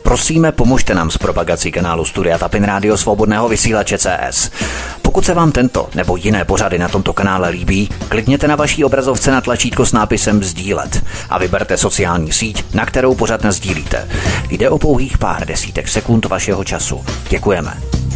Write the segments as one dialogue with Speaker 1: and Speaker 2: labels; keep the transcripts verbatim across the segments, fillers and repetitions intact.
Speaker 1: Prosíme, pomožte nám s propagací kanálu Studia Tapin Rádio Svobodného vysílače C S. Pokud se vám tento nebo jiné pořady na tomto kanále líbí, klikněte na vaší obrazovce na tlačítko s nápisem sdílet a vyberte sociální síť, na kterou pořad nasdílíte. Jde o pouhých pár desítek sekund vašeho času. Děkujeme.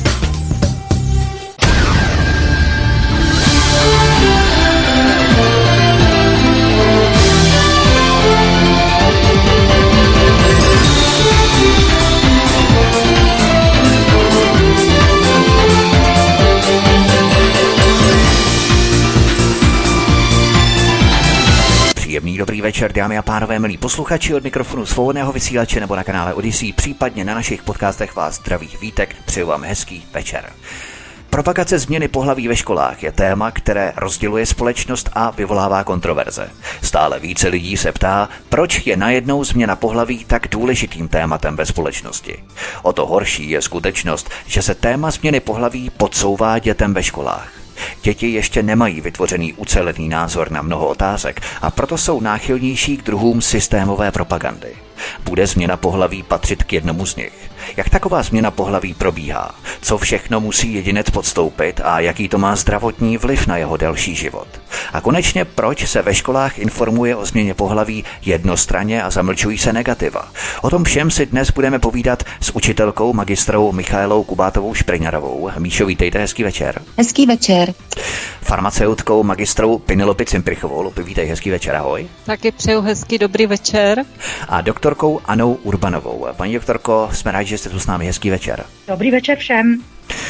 Speaker 1: Příjemný dobrý večer, dámy a pánové, milí posluchači, od mikrofonu Svobodného vysílače nebo na kanále Odyssey, případně na našich podcastech vás zdraví Vítek, přeju vám hezký večer. Propagace změny pohlaví ve školách je téma, které rozděluje společnost a vyvolává kontroverze. Stále více lidí se ptá, proč je najednou změna pohlaví tak důležitým tématem ve společnosti. O to horší je skutečnost, že se téma změny pohlaví podsouvá dětem ve školách. Děti ještě nemají vytvořený ucelený názor na mnoho otázek a proto jsou náchylnější k druhům systémové propagandy. Bude změna pohlaví patřit k jednomu z nich? Jak taková změna pohlaví probíhá? Co všechno musí jedinec podstoupit a jaký to má zdravotní vliv na jeho další život? A konečně, proč se ve školách informuje o změně pohlaví jednostranně a zamlčují se negativa? O tom všem si dnes budeme povídat s učitelkou magistrou Michaelou Kubátovou Špriňarovou. Míšo, vítejte, hezký večer.
Speaker 2: Hezký večer.
Speaker 1: Farmaceutkou magistrou Penelopi Cimprichovou. Lupi, vítej, hezký večer, ahoj.
Speaker 3: Taky přeju hezký dobrý večer.
Speaker 1: A doktorkou Anou Urbanovou. Paní doktorko, jsme rádi, že jste tu s námi, hezký večer.
Speaker 2: Dobrý večer všem.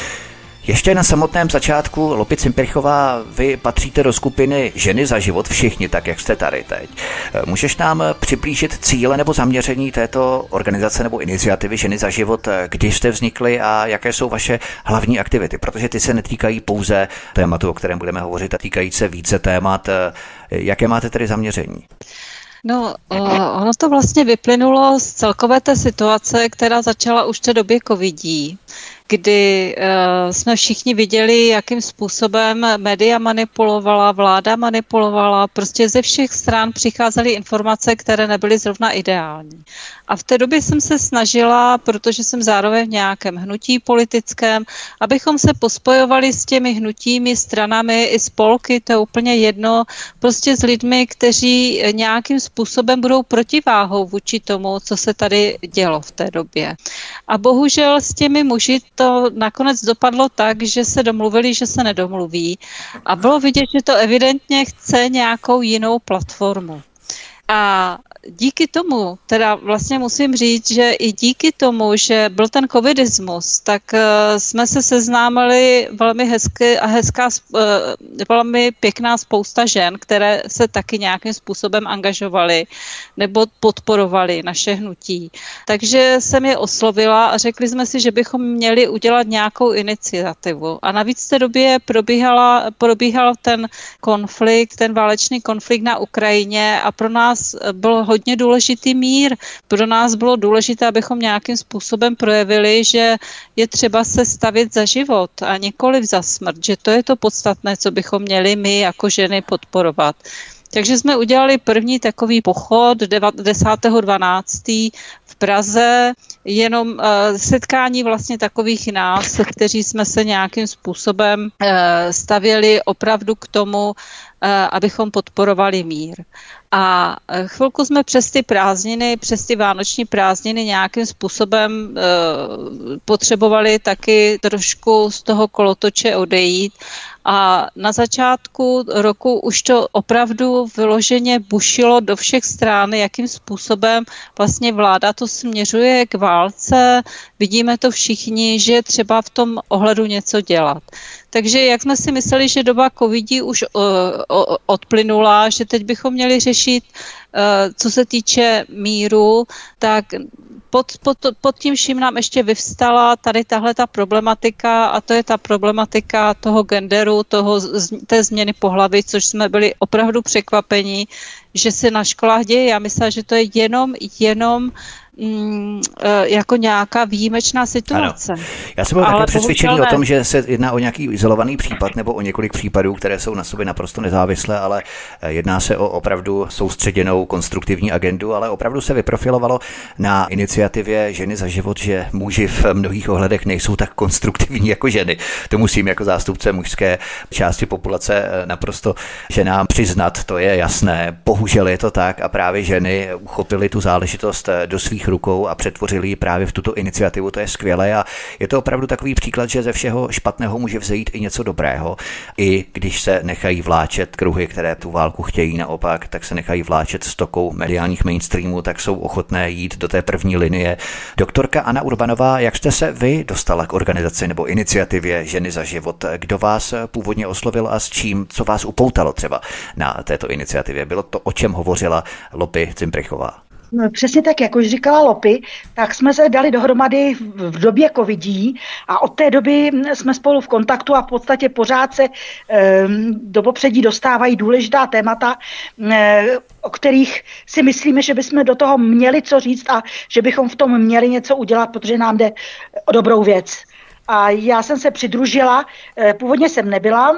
Speaker 1: Ještě na samotném začátku, Lopi Cimprichová, vy patříte do skupiny Ženy za život všichni, tak jak jste tady teď. Můžeš nám přiblížit cíle nebo zaměření této organizace nebo iniciativy Ženy za život, kdy jste vznikly a jaké jsou vaše hlavní aktivity? Protože ty se netýkají pouze tématu, o kterém budeme hovořit, a týkají se více témat. Jaké máte tedy zaměření?
Speaker 3: No, ono to vlastně vyplynulo z celkové té situace, která začala už v té době covidí, kdy uh, jsme všichni viděli, jakým způsobem média manipulovala, vláda manipulovala, prostě ze všech stran přicházely informace, které nebyly zrovna ideální. A v té době jsem se snažila, protože jsem zároveň v nějakém hnutí politickém, abychom se pospojovali s těmi hnutími, stranami i spolky, to je úplně jedno, prostě s lidmi, kteří nějakým způsobem budou protiváhou vůči tomu, co se tady dělo v té době. A bohužel s těmi muži to nakonec dopadlo tak, že se domluvili, že se nedomluví. A bylo vidět, že to evidentně chce nějakou jinou platformu. A díky tomu, teda vlastně musím říct, že i díky tomu, že byl ten covidismus, tak uh, jsme se seznámili velmi hezky a hezká, uh, velmi pěkná spousta žen, které se taky nějakým způsobem angažovaly nebo podporovaly naše hnutí. Takže jsem je oslovila a řekli jsme si, že bychom měli udělat nějakou iniciativu. A navíc v té době probíhala, probíhal ten konflikt, ten válečný konflikt na Ukrajině a pro nás byl hodně důležitý mír. Pro nás bylo důležité, abychom nějakým způsobem projevili, že je třeba se stavět za život a nikoliv za smrt, že to je to podstatné, co bychom měli my jako ženy podporovat. Takže jsme udělali první takový pochod desátého dvanáctého v Praze, jenom uh, setkání vlastně takových nás, kteří jsme se nějakým způsobem uh, stavěli opravdu k tomu, uh, abychom podporovali mír. A chvilku jsme přes ty prázdniny, přes ty vánoční prázdniny nějakým způsobem e, potřebovali taky trošku z toho kolotoče odejít. A na začátku roku už to opravdu vyloženě bušilo do všech stran, jakým způsobem vlastně vláda to směřuje k válce. Vidíme to všichni, že je třeba v tom ohledu něco dělat. Takže jak jsme si mysleli, že doba covidí už uh, odplynula, že teď bychom měli řešit, uh, co se týče míru, tak pod, pod, pod tím vším nám ještě vyvstala tady tahle ta problematika a to je ta problematika toho genderu, toho, té změny pohlaví, což jsme byli opravdu překvapeni, že se na školách děje. Já myslím, že to je jenom, jenom mm, jako nějaká výjimečná situace.
Speaker 1: Ano. Já jsem byl také přesvědčený o tom, že se jedná o nějaký izolovaný případ nebo o několik případů, které jsou na sobě naprosto nezávislé, ale jedná se o opravdu soustředěnou konstruktivní agendu, ale opravdu se vyprofilovalo na iniciativě Ženy za život, že muži v mnohých ohledech nejsou tak konstruktivní jako ženy. To musím jako zástupce mužské části populace naprosto ženám přiznat, to je jasné. Bohužel je to tak a právě ženy uchopily tu záležitost do svých rukou a přetvořili ji právě v tuto iniciativu. To je skvělé a je to opravdu takový příklad, že ze všeho špatného může vzejít i něco dobrého. I když se nechají vláčet kruhy, které tu válku chtějí naopak, tak se nechají vláčet stokou mediálních mainstreamů, tak jsou ochotné jít do té první linie. Doktorka Anna Urbanová, jak jste se vy dostala k organizaci nebo iniciativě Ženy za život? Kdo vás původně oslovil a s čím, co vás upoutalo třeba na této iniciativě? Bylo to, o čem hovořila Lopy Cimprichová?
Speaker 2: No, přesně tak, jak už říkala Lopy, tak jsme se dali dohromady v době covidí a od té doby jsme spolu v kontaktu a v podstatě pořád se e, do popředí dostávají důležitá témata, e, o kterých si myslíme, že bychom do toho měli co říct a že bychom v tom měli něco udělat, protože nám jde o dobrou věc. A já jsem se přidružila, původně jsem nebyla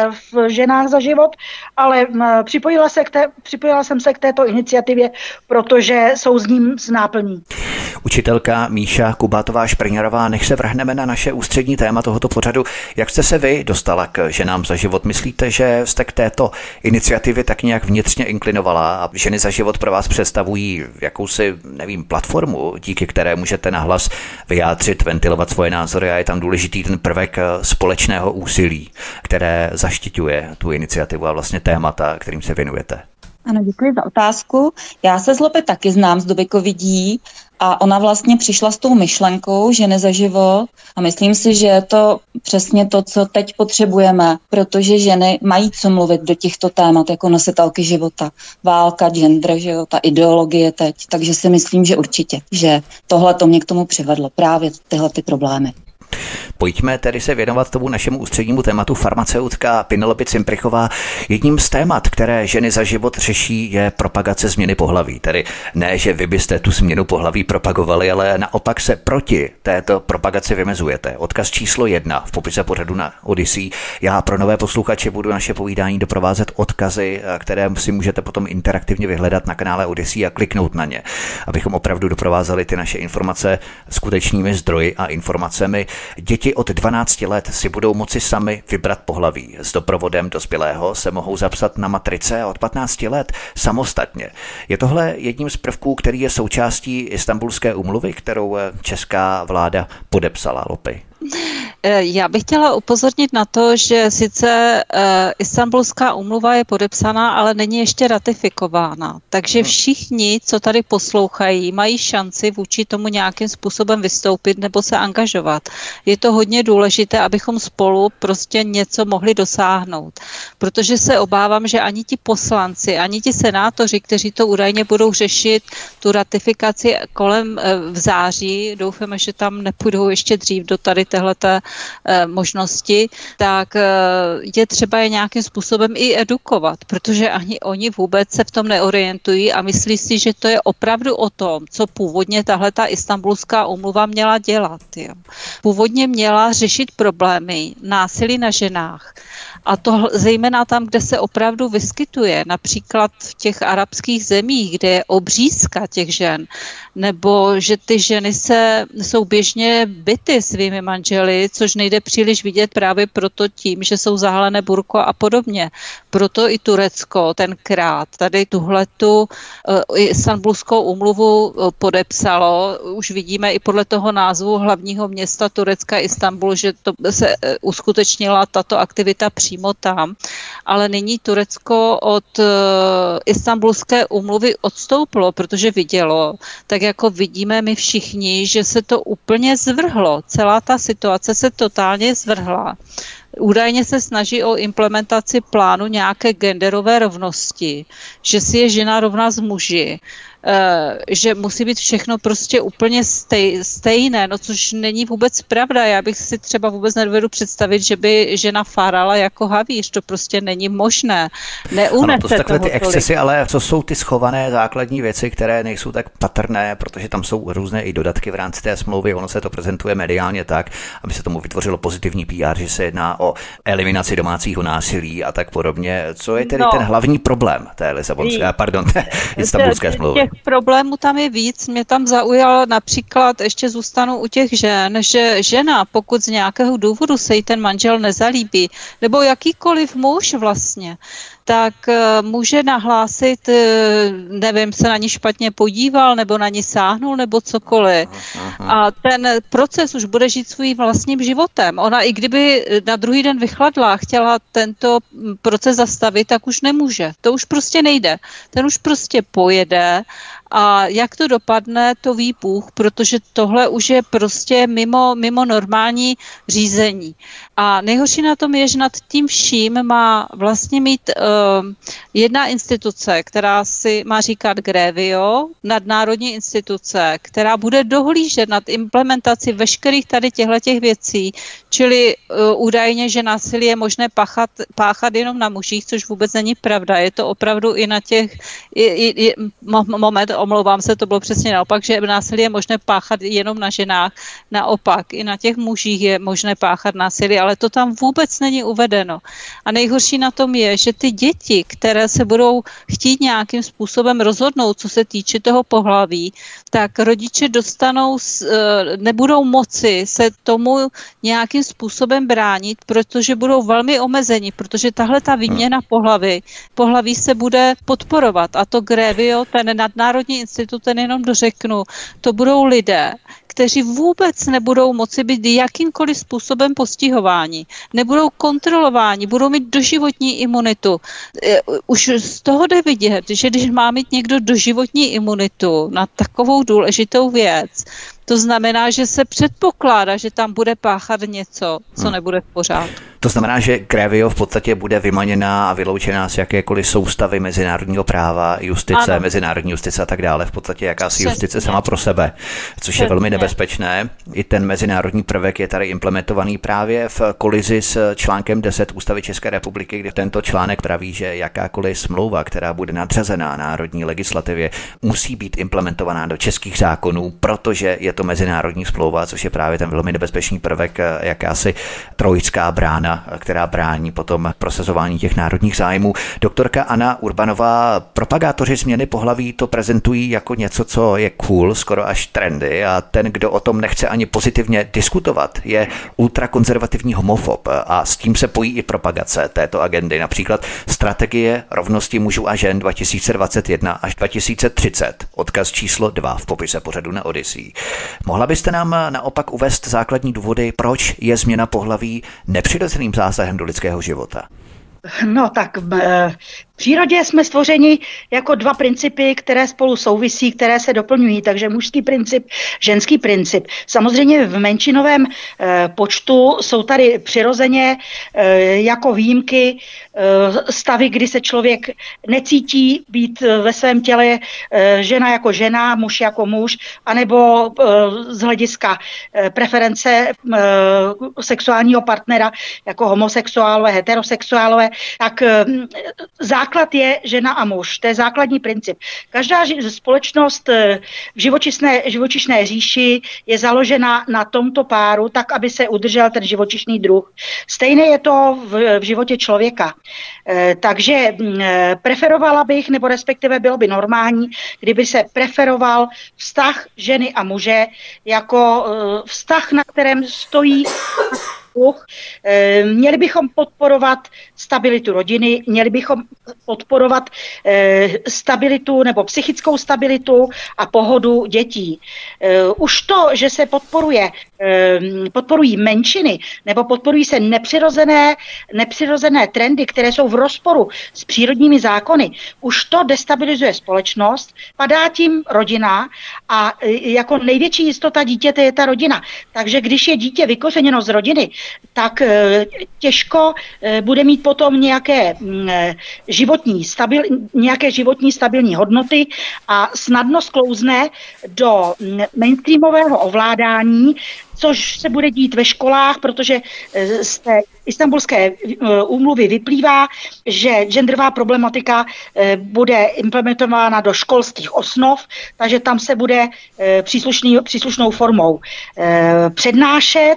Speaker 2: v Ženách za život, ale připojila, se k té, připojila jsem se k této iniciativě, protože jsou s ním s náplní.
Speaker 1: Učitelka Míša Kubátová-Šprňarová, než se vrhneme na naše ústřední téma tohoto pořadu, jak jste se vy dostala k Ženám za život? Myslíte, že jste k této iniciativě tak nějak vnitřně inklinovala a Ženy za život pro vás představují jakousi, nevím, platformu, díky které můžete nahlas vyjádřit, ventilovat svoje názory a je tam důležitý ten prvek společného úsilí, které zaštiťuje tu iniciativu a vlastně témata, kterým se věnujete?
Speaker 4: Ano, děkuji za otázku. Já se s Lopy taky znám z doby covidí a ona vlastně přišla s tou myšlenkou Ženy za život a myslím si, že je to přesně to, co teď potřebujeme, protože ženy mají co mluvit do těchto témat jako nositelky života. Válka, gender, že jo, ta ideologie teď, takže si myslím, že určitě, že tohle to mě k tomu přivedlo, právě tyhle ty problémy.
Speaker 1: Pojďme tedy se věnovat tomu našemu ústřednímu tématu. Farmaceutka Lopy Cimprichová. Jedním z témat, které Ženy za život řeší, je propagace změny pohlaví. Tedy ne, že vy byste tu změnu pohlaví propagovali, ale naopak se proti této propagaci vymezujete. Odkaz číslo jedna v popise pořadu na Odyssey. Já pro nové posluchače budu naše povídání doprovázet odkazy, které si můžete potom interaktivně vyhledat na kanále Odyssey a kliknout na ně, abychom opravdu doprovázeli ty naše informace skutečnými zdroji a informacemi. Děti od dvanácti let si budou moci sami vybrat pohlaví. S doprovodem dospělého se mohou zapsat na matrice a od patnácti let samostatně. Je tohle jedním z prvků, který je součástí Istanbulské úmluvy, kterou česká vláda podepsala, Lopy?
Speaker 3: Já bych chtěla upozornit na to, že sice uh, Istanbulská úmluva je podepsaná, ale není ještě ratifikována. Takže všichni, co tady poslouchají, mají šanci vůči tomu nějakým způsobem vystoupit nebo se angažovat. Je to hodně důležité, abychom spolu prostě něco mohli dosáhnout. Protože se obávám, že ani ti poslanci, ani ti senátoři, kteří to údajně budou řešit, tu ratifikaci kolem uh, v září, doufáme, že tam nepůjdou ještě dřív do tady téhleté e, možnosti, tak e, je třeba je nějakým způsobem i edukovat, protože ani oni vůbec se v tom neorientují a myslí si, že to je opravdu o tom, co původně tahleta Istanbulská úmluva měla dělat. Jo. Původně měla řešit problémy násilí na ženách. A to zejména tam, kde se opravdu vyskytuje, například v těch arabských zemích, kde je obřízka těch žen, nebo že ty ženy se, jsou běžně bity svými manželi, což nejde příliš vidět právě proto tím, že jsou zahalené burko a podobně. Proto i Turecko tenkrát tady tuhletu uh, Istanbulskou úmluvu uh, podepsalo. Už vidíme i podle toho názvu hlavního města Turecka Istanbul, že to se uh, uskutečnila tato aktivita přímo tam. Ale nyní Turecko od uh, Istanbulské úmluvy odstoupilo, protože vidělo, tak jako vidíme my všichni, že se to úplně zvrhlo. Celá ta situace se totálně zvrhla. Údajně se snaží o implementaci plánu nějaké genderové rovnosti, že si je žena rovná s muži, že musí být všechno prostě úplně stej, stejné, no což není vůbec pravda. Já bych si třeba vůbec nedovedu představit, že by žena fárala jako havíř, to prostě není možné. Neunese
Speaker 1: ano, to jsou takové ty excesy,
Speaker 3: tolik.
Speaker 1: ale co jsou ty schované základní věci, které nejsou tak patrné, protože tam jsou různé i dodatky v rámci té smlouvy, ono se to prezentuje mediálně tak, aby se tomu vytvořilo pozitivní P R, že se jedná o eliminaci domácího násilí a tak podobně. Co je tedy no, ten hlavní problém té Lisabonské, pardon, té Istanbulské smlouvy?
Speaker 3: Těch problémů tam je víc. Mě tam zaujalo například, ještě zůstanu u těch žen, že žena, pokud z nějakého důvodu se jí ten manžel nezalíbí, nebo jakýkoliv muž vlastně, tak může nahlásit, nevím, se na ní špatně podíval, nebo na ní sáhnul, nebo cokoliv. A ten proces už bude žít svým vlastním životem. Ona i kdyby na druhý den vychladla a chtěla tento proces zastavit, tak už nemůže. To už prostě nejde. Ten už prostě pojede a jak to dopadne, to ví Bůh, protože tohle už je prostě mimo, mimo normální řízení. A nejhorší na tom je, že nad tím vším má vlastně mít uh, jedna instituce, která si má říkat Grevio, nadnárodní instituce, která bude dohlížet nad implementací veškerých tady těchto věcí, čili uh, údajně, že násilí je možné páchat, páchat jenom na mužích, což vůbec není pravda. Je to opravdu i na těch, i, i, i, moment, omlouvám se, to bylo přesně naopak, že násilí je možné páchat jenom na ženách, naopak i na těch mužích je možné páchat násilí, ale to tam vůbec není uvedeno. A nejhorší na tom je, že ty děti, které se budou chtít nějakým způsobem rozhodnout, co se týče toho pohlaví, tak rodiče dostanou, nebudou moci se tomu nějakým způsobem bránit, protože budou velmi omezeni, protože tahle ta výměna pohlaví, pohlaví se bude podporovat. A to Grevio, ten nadnárodní institut, ten jenom dořeknu, to budou lidé, kteří vůbec nebudou moci být jakýmkoliv způsobem postihováni, nebudou kontrolováni, budou mít doživotní imunitu. Už z toho jde vidět, že když má mít někdo doživotní imunitu na takovou důležitou věc, to znamená, že se předpokládá, že tam bude páchat něco, co hmm. nebude v pořádku.
Speaker 1: To znamená, že Grevio v podstatě bude vymaněná a vyloučená z jakékoliv soustavy mezinárodního práva, justice, ano. mezinárodní justice a tak dále. V podstatě jakási Přesně. justice sama pro sebe, což Přesně. je velmi nebezpečné. I ten mezinárodní prvek je tady implementovaný právě v kolizi s článkem deset Ústavy České republiky, kde tento článek praví, že jakákoliv smlouva, která bude nadřazená národní legislativě, musí být implementovaná do českých zákonů, protože je to mezinárodní smlouva, což je právě ten velmi nebezpečný prvek, jakási trojská brána, která brání potom prosazování těch národních zájmů. Doktorka Anna Urbanová, propagátoři změny pohlaví to prezentují jako něco, co je cool, skoro až trendy, a ten, kdo o tom nechce ani pozitivně diskutovat, je ultrakonzervativní homofob a s tím se pojí i propagace této agendy, například strategie rovnosti mužů a žen dva tisíce dvacet jedna až dva tisíce třicet, odkaz číslo dva v popise pořadu na Odyssey. Mohla byste nám naopak uvést základní důvody, proč je změna pohlaví nepřirozeným zásahem do lidského života?
Speaker 2: No tak v přírodě jsme stvořeni jako dva principy, které spolu souvisí, které se doplňují, takže mužský princip, ženský princip. Samozřejmě v menšinovém e, počtu jsou tady přirozeně e, jako výjimky e, stavy, kdy se člověk necítí být ve svém těle e, žena jako žena, muž jako muž, anebo e, z hlediska e, preference e, sexuálního partnera jako homosexuálové, heterosexuálové, tak e, základ je žena a muž. To je základní princip. Každá společnost v živočišné, živočišné říši je založena na tomto páru, tak, aby se udržel ten živočišný druh. Stejné je to v, v životě člověka. E, takže e, preferovala bych, nebo respektive bylo by normální, kdyby se preferoval vztah ženy a muže jako e, vztah, na kterém stojí Měli bychom podporovat stabilitu rodiny, měli bychom podporovat stabilitu nebo psychickou stabilitu a pohodu dětí. Už to, že se podporuje, podporují menšiny nebo podporují se nepřirozené, nepřirozené trendy, které jsou v rozporu s přírodními zákony, už to destabilizuje společnost, padá tím rodina a jako největší jistota dítěte je ta rodina. Takže když je dítě vykořeněno z rodiny, tak těžko bude mít potom nějaké životní, stabil, nějaké životní stabilní hodnoty a snadno sklouzne do mainstreamového ovládání, což se bude dít ve školách, protože z té Istanbulské úmluvy vyplývá, že genderová problematika bude implementována do školských osnov, takže tam se bude příslušný, příslušnou formou přednášet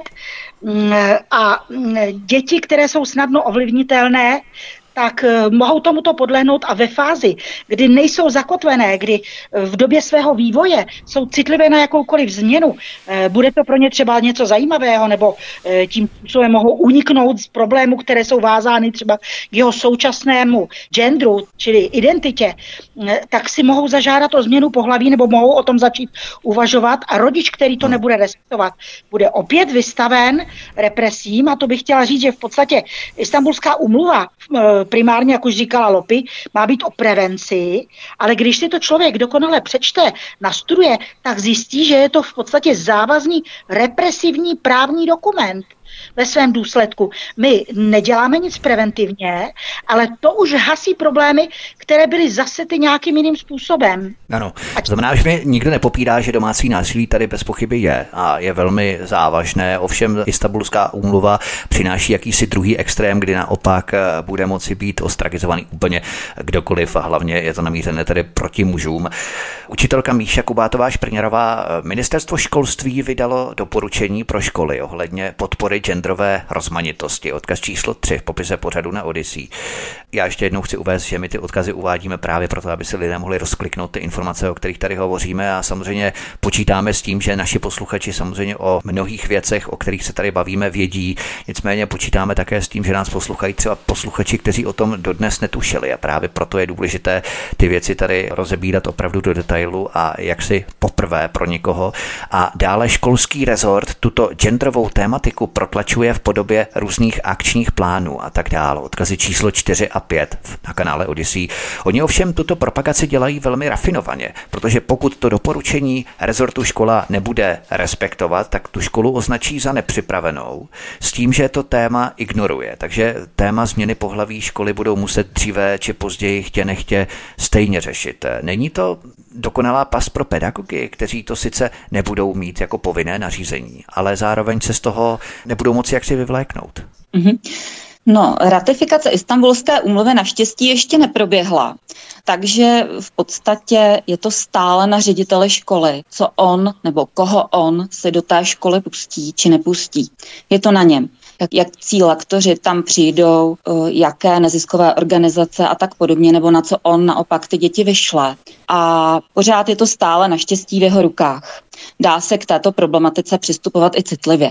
Speaker 2: a děti, které jsou snadno ovlivnitelné, tak mohou tomuto podlehnout a ve fázi, kdy nejsou zakotvené, kdy v době svého vývoje jsou citlivé na jakoukoliv změnu, bude to pro ně třeba něco zajímavého, nebo tím způsobem mohou uniknout z problémů, které jsou vázány třeba k jeho současnému genderu, čili identitě, tak si mohou zažádat o změnu pohlaví nebo mohou o tom začít uvažovat a rodič, který to nebude respektovat, bude opět vystaven represím a to bych chtěla říct, že v podstatě Istanbulská úmluva primárně, jak už říkala Lopi, má být o prevenci, ale když si to člověk dokonale přečte, nastuduje, tak zjistí, že je to v podstatě závazný represivní právní dokument ve svém důsledku. My neděláme nic preventivně, ale to už hasí problémy, které byly zasety nějakým jiným způsobem.
Speaker 1: Ano, to znamená, že mi nikdo nepopírá, že domácí násilí tady bez pochyby je a je velmi závažné. Ovšem Istanbulská úmluva přináší jakýsi druhý extrém, kdy naopak bude moci být ostrakizovaný úplně kdokoliv a hlavně je to namířené tedy proti mužům. Učitelka Míša Kubátová-Šprňarová, ministerstvo školství vydalo doporučení pro školy ohledně podpory genderové rozmanitosti. Odkaz číslo tři v popise pořadu na Odyssey. Já ještě jednou chci uvést, že my ty odkazy uvádíme právě proto, aby si lidé mohli rozkliknout ty informace, o kterých tady hovoříme a samozřejmě počítáme s tím, že naši posluchači samozřejmě o mnohých věcech, o kterých se tady bavíme, vědí. Nicméně počítáme také s tím, že nás poslouchají třeba posluchači, kteří o tom dodnes netušili a právě proto je důležité ty věci tady rozebírat opravdu do detailu a jaksi poprvé pro někoho. A dále školský rezort tuto genderovou tématiku protlačuje v podobě různých akčních plánů a tak dále. Odkazy číslo čtyři a pět na kanále Odyssey. Oni ovšem tuto propagaci dělají velmi rafinovaně, protože pokud to doporučení rezortu škola nebude respektovat, tak tu školu označí za nepřipravenou s tím, že to téma ignoruje. Takže téma změny pohlaví školy budou muset dříve či později chtě nechtě stejně řešit. Není to dokonalá past pro pedagogy, kteří to sice nebudou mít jako povinné nařízení, ale zároveň se z toho nebudou moci jaksi vyvléknout?
Speaker 4: Mm-hmm. No, ratifikace Istanbulské úmluvy naštěstí ještě neproběhla, takže v podstatě je to stále na řediteli školy, co on nebo koho on si do té školy pustí či nepustí. Je to na něm. Jak, jak cílektoři tam přijdou, jaké neziskové organizace a tak podobně, nebo na co on naopak ty děti vyšle. A pořád je to stále naštěstí v jeho rukách. Dá se k této problematice přistupovat i citlivě.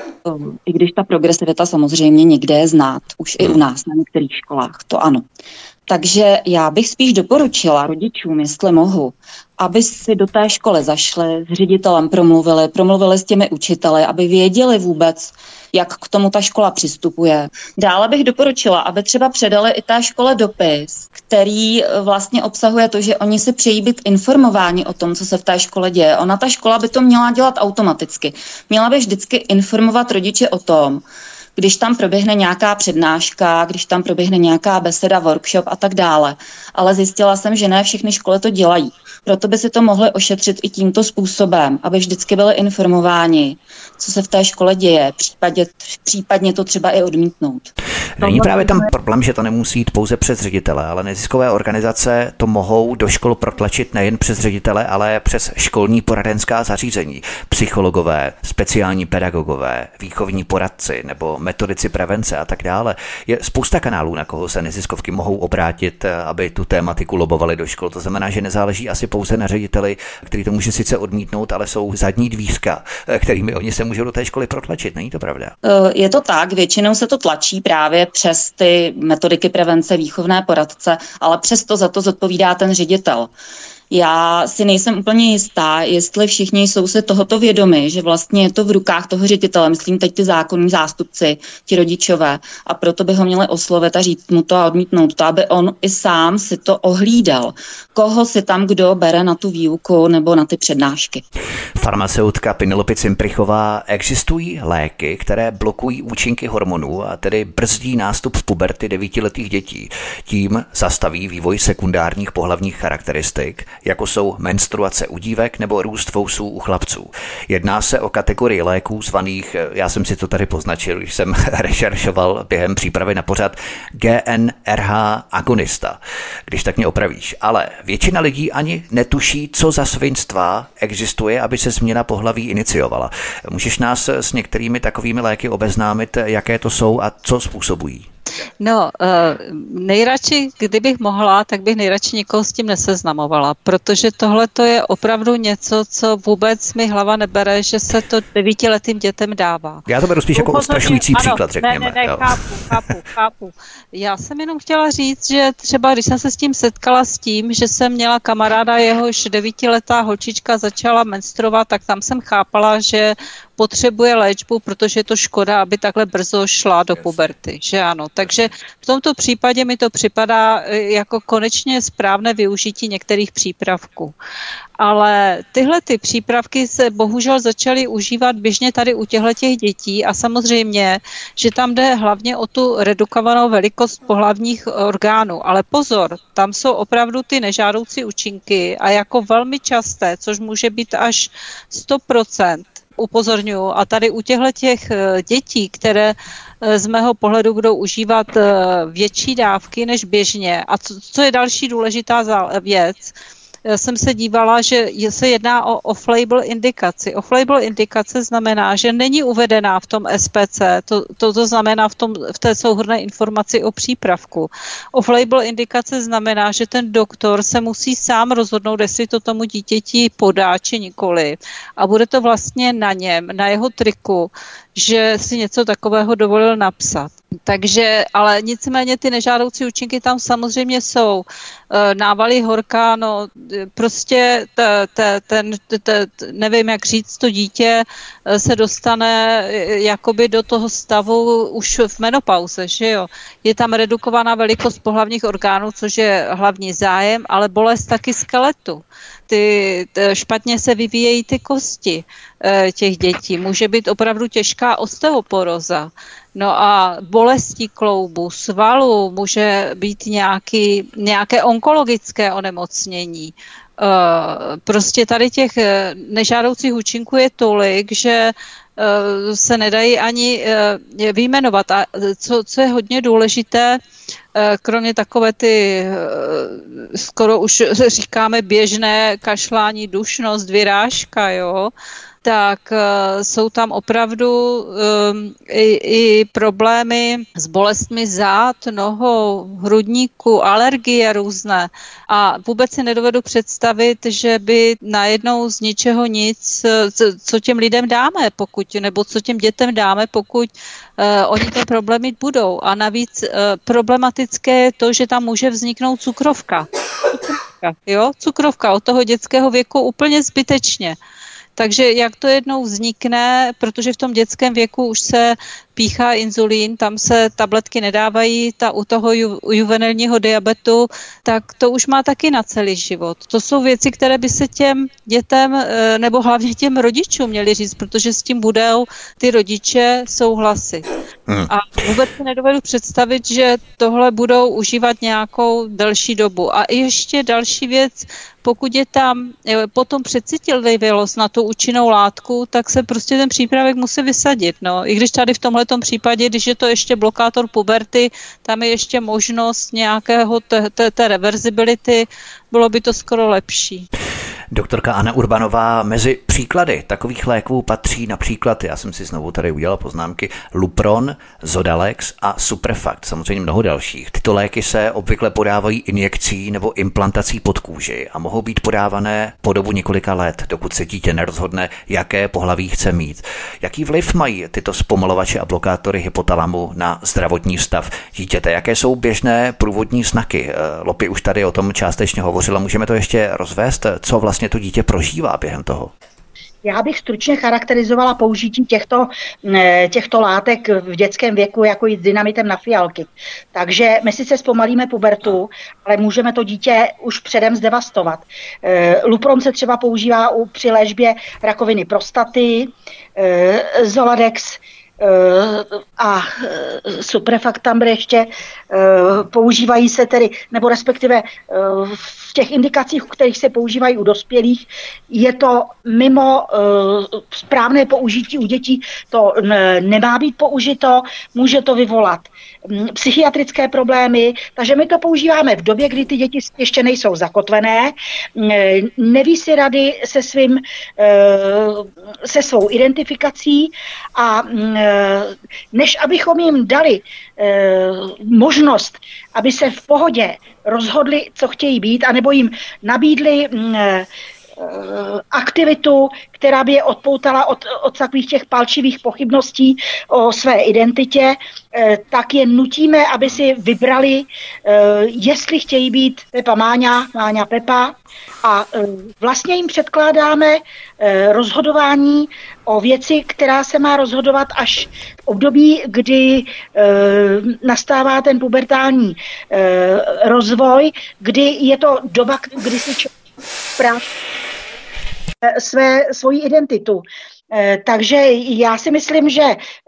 Speaker 4: I když ta progresivita samozřejmě někde je znát, už i u nás na některých školách, to ano. Takže já bych spíš doporučila rodičům, jestli mohu, aby si do té školy zašli, s ředitelem promluvili, promluvili s těmi učiteli, aby věděli vůbec, jak k tomu ta škola přistupuje. Dále bych doporučila, aby třeba předali i té škole dopis, který vlastně obsahuje to, že oni si přejí být informováni o tom, co se v té škole děje. Ona ta škola by to měla dělat automaticky. Měla by vždycky informovat rodiče o tom, když tam proběhne nějaká přednáška, když tam proběhne nějaká beseda, workshop a tak dále. Ale zjistila jsem, že ne všechny školy to dělají. Proto by si to mohli ošetřit i tímto způsobem, aby vždycky byli informováni, co se v té škole děje, případně, případně to třeba i odmítnout.
Speaker 1: Není právě tam problém, že to nemusí jít pouze přes ředitele, ale neziskové organizace to mohou do škol protlačit nejen přes ředitele, ale přes školní poradenská zařízení, psychologové, speciální pedagogové, výchovní poradci nebo metodici prevence a tak dále. Je spousta kanálů, na koho se neziskovky mohou obrátit, aby tu tématiku lobovali do škol. To znamená, že nezáleží asi pouze na řediteli, který to může sice odmítnout, ale jsou zadní dvířka, kterými oni se můžou do té školy protlačit. Není to pravda?
Speaker 4: Je to tak, většinou se to tlačí právě přes ty metodiky prevence, výchovné poradce, ale přesto za to zodpovídá ten ředitel. Já si nejsem úplně jistá, jestli všichni jsou se tohoto vědomi, že vlastně je to v rukách toho ředitele, myslím teď ty zákonní zástupci, ti rodičové, a proto by ho měli oslovit a říct mu to a odmítnout to, aby on i sám si to ohlídal. Koho si tam kdo bere na tu výuku nebo na ty přednášky.
Speaker 1: Farmaceutka Penelope Cimprichová, existují léky, které blokují účinky hormonů a tedy brzdí nástup v puberty devítiletých dětí. Tím zastaví vývoj sekundárních pohlavních charakteristik, jako jsou menstruace u dívek nebo růst vousů u chlapců. Jedná se o kategorii léků zvaných, já jsem si to tady poznačil, když jsem rešeršoval během přípravy na pořad, G N R H agonista, když tak mě opravíš. Ale většina lidí ani netuší, co za svinstva existuje, aby se změna pohlaví iniciovala. Můžeš nás s některými takovými léky obeznámit, jaké to jsou a co způsobují?
Speaker 3: No, nejradši, kdybych mohla, tak bych nejradši nikoho s tím neseznamovala, protože tohle to je opravdu něco, co vůbec mi hlava nebere, že se to devítiletým dětem dává.
Speaker 1: Já to beru spíš jako odstrašující příklad, řekněme.
Speaker 3: Ne, ne, ne, chápu, chápu, chápu. Já jsem jenom chtěla říct, že třeba když jsem se s tím setkala s tím, že jsem měla kamaráda, jehož devítiletá holčička začala menstruovat, tak tam jsem chápala, že potřebuje léčbu, protože je to škoda, aby takhle brzo šla do puberty, že ano. Takže v tomto případě mi to připadá jako konečně správné využití některých přípravků. Ale tyhle ty přípravky se bohužel začaly užívat běžně tady u těchto dětí a samozřejmě, že tam jde hlavně o tu redukovanou velikost pohlavních orgánů. Ale pozor, tam jsou opravdu ty nežádoucí účinky a jako velmi časté, což může být až sto procent. Upozorňuji. A tady u těchto těch dětí, které z mého pohledu budou užívat větší dávky než běžně. A co, co je další důležitá věc, jsem se dívala, že se jedná o off-label indikaci. Off-label indikace znamená, že není uvedená v tom S P C, to, to, to znamená v, tom, v té souhrnné informaci o přípravku. Off-label indikace znamená, že ten doktor se musí sám rozhodnout, jestli to tomu dítěti podá či nikoli. A bude to vlastně na něm, na jeho triku, že si něco takového dovolil napsat. Takže, ale nicméně ty nežádoucí účinky tam samozřejmě jsou. Návaly horka, no prostě t, t, ten, t, t, nevím jak říct, to dítě se dostane jakoby do toho stavu už v menopauze, že jo. Je tam redukovaná velikost pohlavních orgánů, což je hlavní zájem, ale bolest taky skeletu. Ty, t, špatně se vyvíjejí ty kosti e, těch dětí. Může být opravdu těžká osteoporóza. No a bolesti kloubu, svalu, může být nějaký, nějaké onkologické onemocnění. Prostě tady těch nežádoucích účinků je tolik, že se nedají ani vyjmenovat. A co, co je hodně důležité, kromě takové ty, skoro už říkáme běžné kašlání, dušnost, vyrážka, jo, tak uh, jsou tam opravdu um, i, i problémy s bolestmi zád, nohou, hrudníku, alergie různé. A vůbec si nedovedu představit, že by najednou z ničeho nic, co, co těm lidem dáme, pokud, nebo co těm dětem dáme, pokud uh, oni ten problém mít budou. A navíc uh, problematické je to, že tam může vzniknout cukrovka. Cukrovka, jo? Cukrovka od toho dětského věku úplně zbytečně. Takže jak to jednou vznikne, protože v tom dětském věku už se píchá inzulín, tam se tabletky nedávají, ta u toho ju, juvenilního diabetu, tak to už má taky na celý život. To jsou věci, které by se těm dětem, nebo hlavně těm rodičům měli říct, protože s tím budou ty rodiče souhlasit. Hmm. A vůbec si nedovedu představit, že tohle budou užívat nějakou delší dobu. A ještě další věc, pokud je tam potom přecitlivělost na tu účinnou látku, tak se prostě ten přípravek musí vysadit. No. I když tady v tomhletom případě, když je to ještě blokátor puberty, tam je ještě možnost nějakého té, té, té reverzibility, bylo by to skoro lepší.
Speaker 1: Doktorka Anna Urbanová, mezi příklady takových léků patří například, já jsem si znovu tady udělal poznámky, Lupron, Zodalex a Suprafakt, samozřejmě mnoho dalších. Tyto léky se obvykle podávají injekcí nebo implantací pod kůži a mohou být podávané po dobu několika let, dokud se dítě nerozhodne, jaké pohlaví chce mít. Jaký vliv mají tyto zpomalovače a blokátory hypotalamu na zdravotní stav dítěte? Jaké jsou běžné průvodní znaky? Lopi už tady o tom částečně hovořila, můžeme to ještě rozvést, co vlastně to dítě prožívá během toho?
Speaker 2: Já bych stručně charakterizovala použití těchto, těchto látek v dětském věku jako jít s dynamitem na fialky. Takže my sice zpomalíme pubertu, ale můžeme to dítě už předem zdevastovat. Lupron se třeba používá při léčbě rakoviny prostaty, Zoladex a Suprafakt tam bude ještě, používají se tedy, nebo respektive v těch indikacích, kterých se používají u dospělých, je to mimo správné použití u dětí, to nemá být použito, může to vyvolat psychiatrické problémy, takže my to používáme v době, kdy ty děti ještě nejsou zakotvené, neví si rady se svým, se svou identifikací a než abychom jim dali možnost, aby se v pohodě rozhodli, co chtějí být, anebo jim nabídli aktivitu, která by je odpoutala od, od takových těch palčivých pochybností o své identitě, tak je nutíme, aby si vybrali, jestli chtějí být Pepa Máňa, Máňa Pepa, a vlastně jim předkládáme rozhodování o věci, která se má rozhodovat až v období, kdy nastává ten pubertální rozvoj, kdy je to doba, kdy si člověk právě své, svoji identitu. Takže já si myslím, že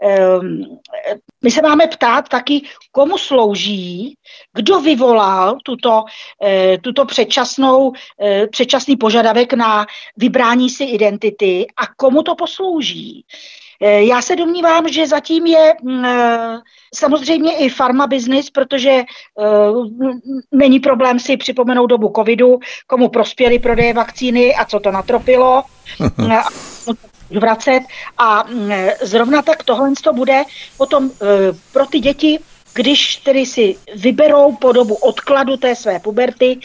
Speaker 2: my se máme ptát taky, komu slouží, kdo vyvolal tuto, tuto předčasnou, předčasný požadavek na vybrání si identity a komu to poslouží. Já se domnívám, že zatím je samozřejmě i pharma business, protože není problém si připomenout dobu covidu, komu prospěly prodeje vakcíny a co to natropilo. vracet a zrovna tak tohle to bude potom pro ty děti, když tedy si vyberou po dobu odkladu té své puberty,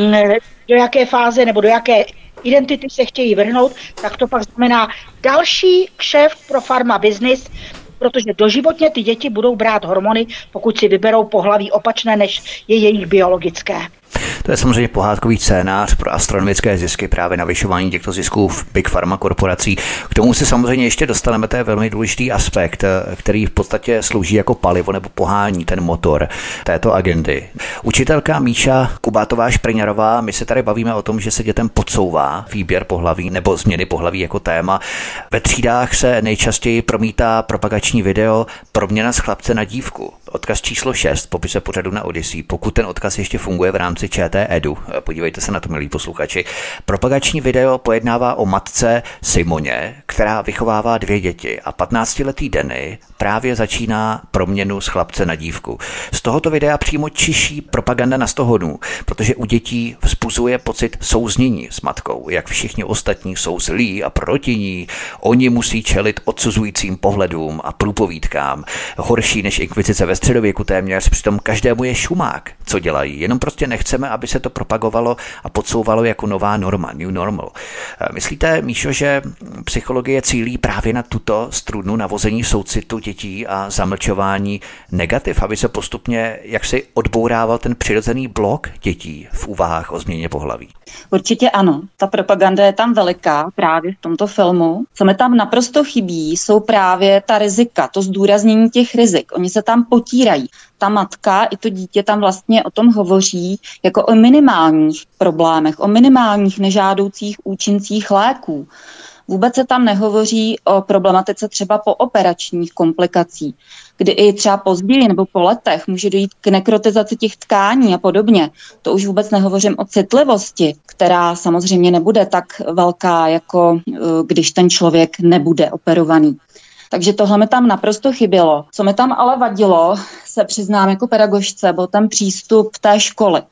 Speaker 2: do jaké fáze nebo do jaké identity se chtějí vrhnout, tak to pak znamená další kšeft pro pharma business, protože doživotně ty děti budou brát hormony, pokud si vyberou pohlaví opačné, než je jejich biologické.
Speaker 1: To je samozřejmě pohádkový scénář pro astronomické zisky, právě navyšování těchto zisků v Big Pharma korporací. K tomu se samozřejmě ještě dostaneme, to je velmi důležitý aspekt, který v podstatě slouží jako palivo nebo pohání ten motor této agendy. Učitelka Míša Kubátová-Špreňarová, my se tady bavíme o tom, že se dětem podsouvá výběr pohlaví nebo změny pohlaví jako téma. Ve třídách se nejčastěji promítá propagační video Proměna z chlapce na dívku. Odkaz číslo šest, popise pořadu na Odyssey. Pokud ten odkaz ještě funguje v rámci ČT Edu, podívejte se na to, milí posluchači. Propagační video pojednává o matce Simoně, která vychovává dvě děti a patnáctiletý Denny právě začíná proměnu z chlapce na dívku. Z tohoto videa přímo čiší propaganda na sto hodů, protože u dětí vzbuzuje pocit souznění s matkou, jak všichni ostatní jsou zlí a proti ní. Oni musí čelit odsuzujícím pohledům a průpovídkám. Horší než inkvizice ve středověku téměř, přitom každému je šumák, co dělají. Jenom prostě nechceme, aby se to propagovalo a podsouvalo jako nová norma, new normal. Myslíte, Míšo, že psychologie cílí právě na tuto strunu navození soucitu dětí a zamlčování negativ, aby se postupně jaksi odbourával ten přirozený blok dětí v úvahách o změně pohlaví?
Speaker 4: Určitě ano. Ta propaganda je tam veliká právě v tomto filmu. Co mi tam naprosto chybí, jsou právě ta rizika, to zdůraznění těch rizik. Oni se tam potírají. Ta matka i to dítě tam vlastně o tom hovoří jako o minimálních problémech, o minimálních nežádoucích účincích léků. Vůbec se tam nehovoří o problematice třeba pooperačních komplikací, kdy i třeba později nebo po letech může dojít k nekrotizaci těch tkání a podobně. To už vůbec nehovořím o citlivosti, která samozřejmě nebude tak velká, jako když ten člověk nebude operovaný. Takže tohle mi tam naprosto chybělo. Co mi tam ale vadilo, se přiznám jako pedagožce, byl ten přístup té školy.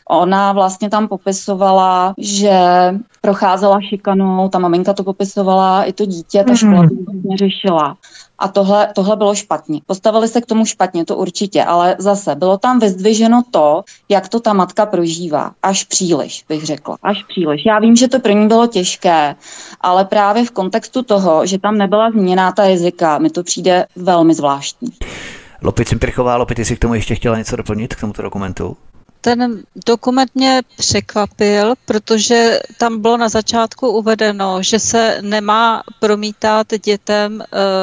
Speaker 4: Ona vlastně tam popisovala, že procházela šikanou, ta maminka to popisovala, i to dítě, ta škola to vůbec neřešila. A tohle, tohle bylo špatně. Postavili se k tomu špatně, to určitě, ale zase bylo tam vyzdviženo to, jak to ta matka prožívá. Až příliš, bych řekla. Až příliš. Já vím, že to pro ní bylo těžké, ale právě v kontextu toho, že tam nebyla změněná ta jazyka, mi to přijde velmi zvláštní.
Speaker 1: Lopi Cimprichová, Lopi, ty jsi k tomu ještě chtěla něco doplnit, k tomuto dokumentu?
Speaker 3: Ten dokument mě překvapil, protože tam bylo na začátku uvedeno, že se nemá promítat dětem,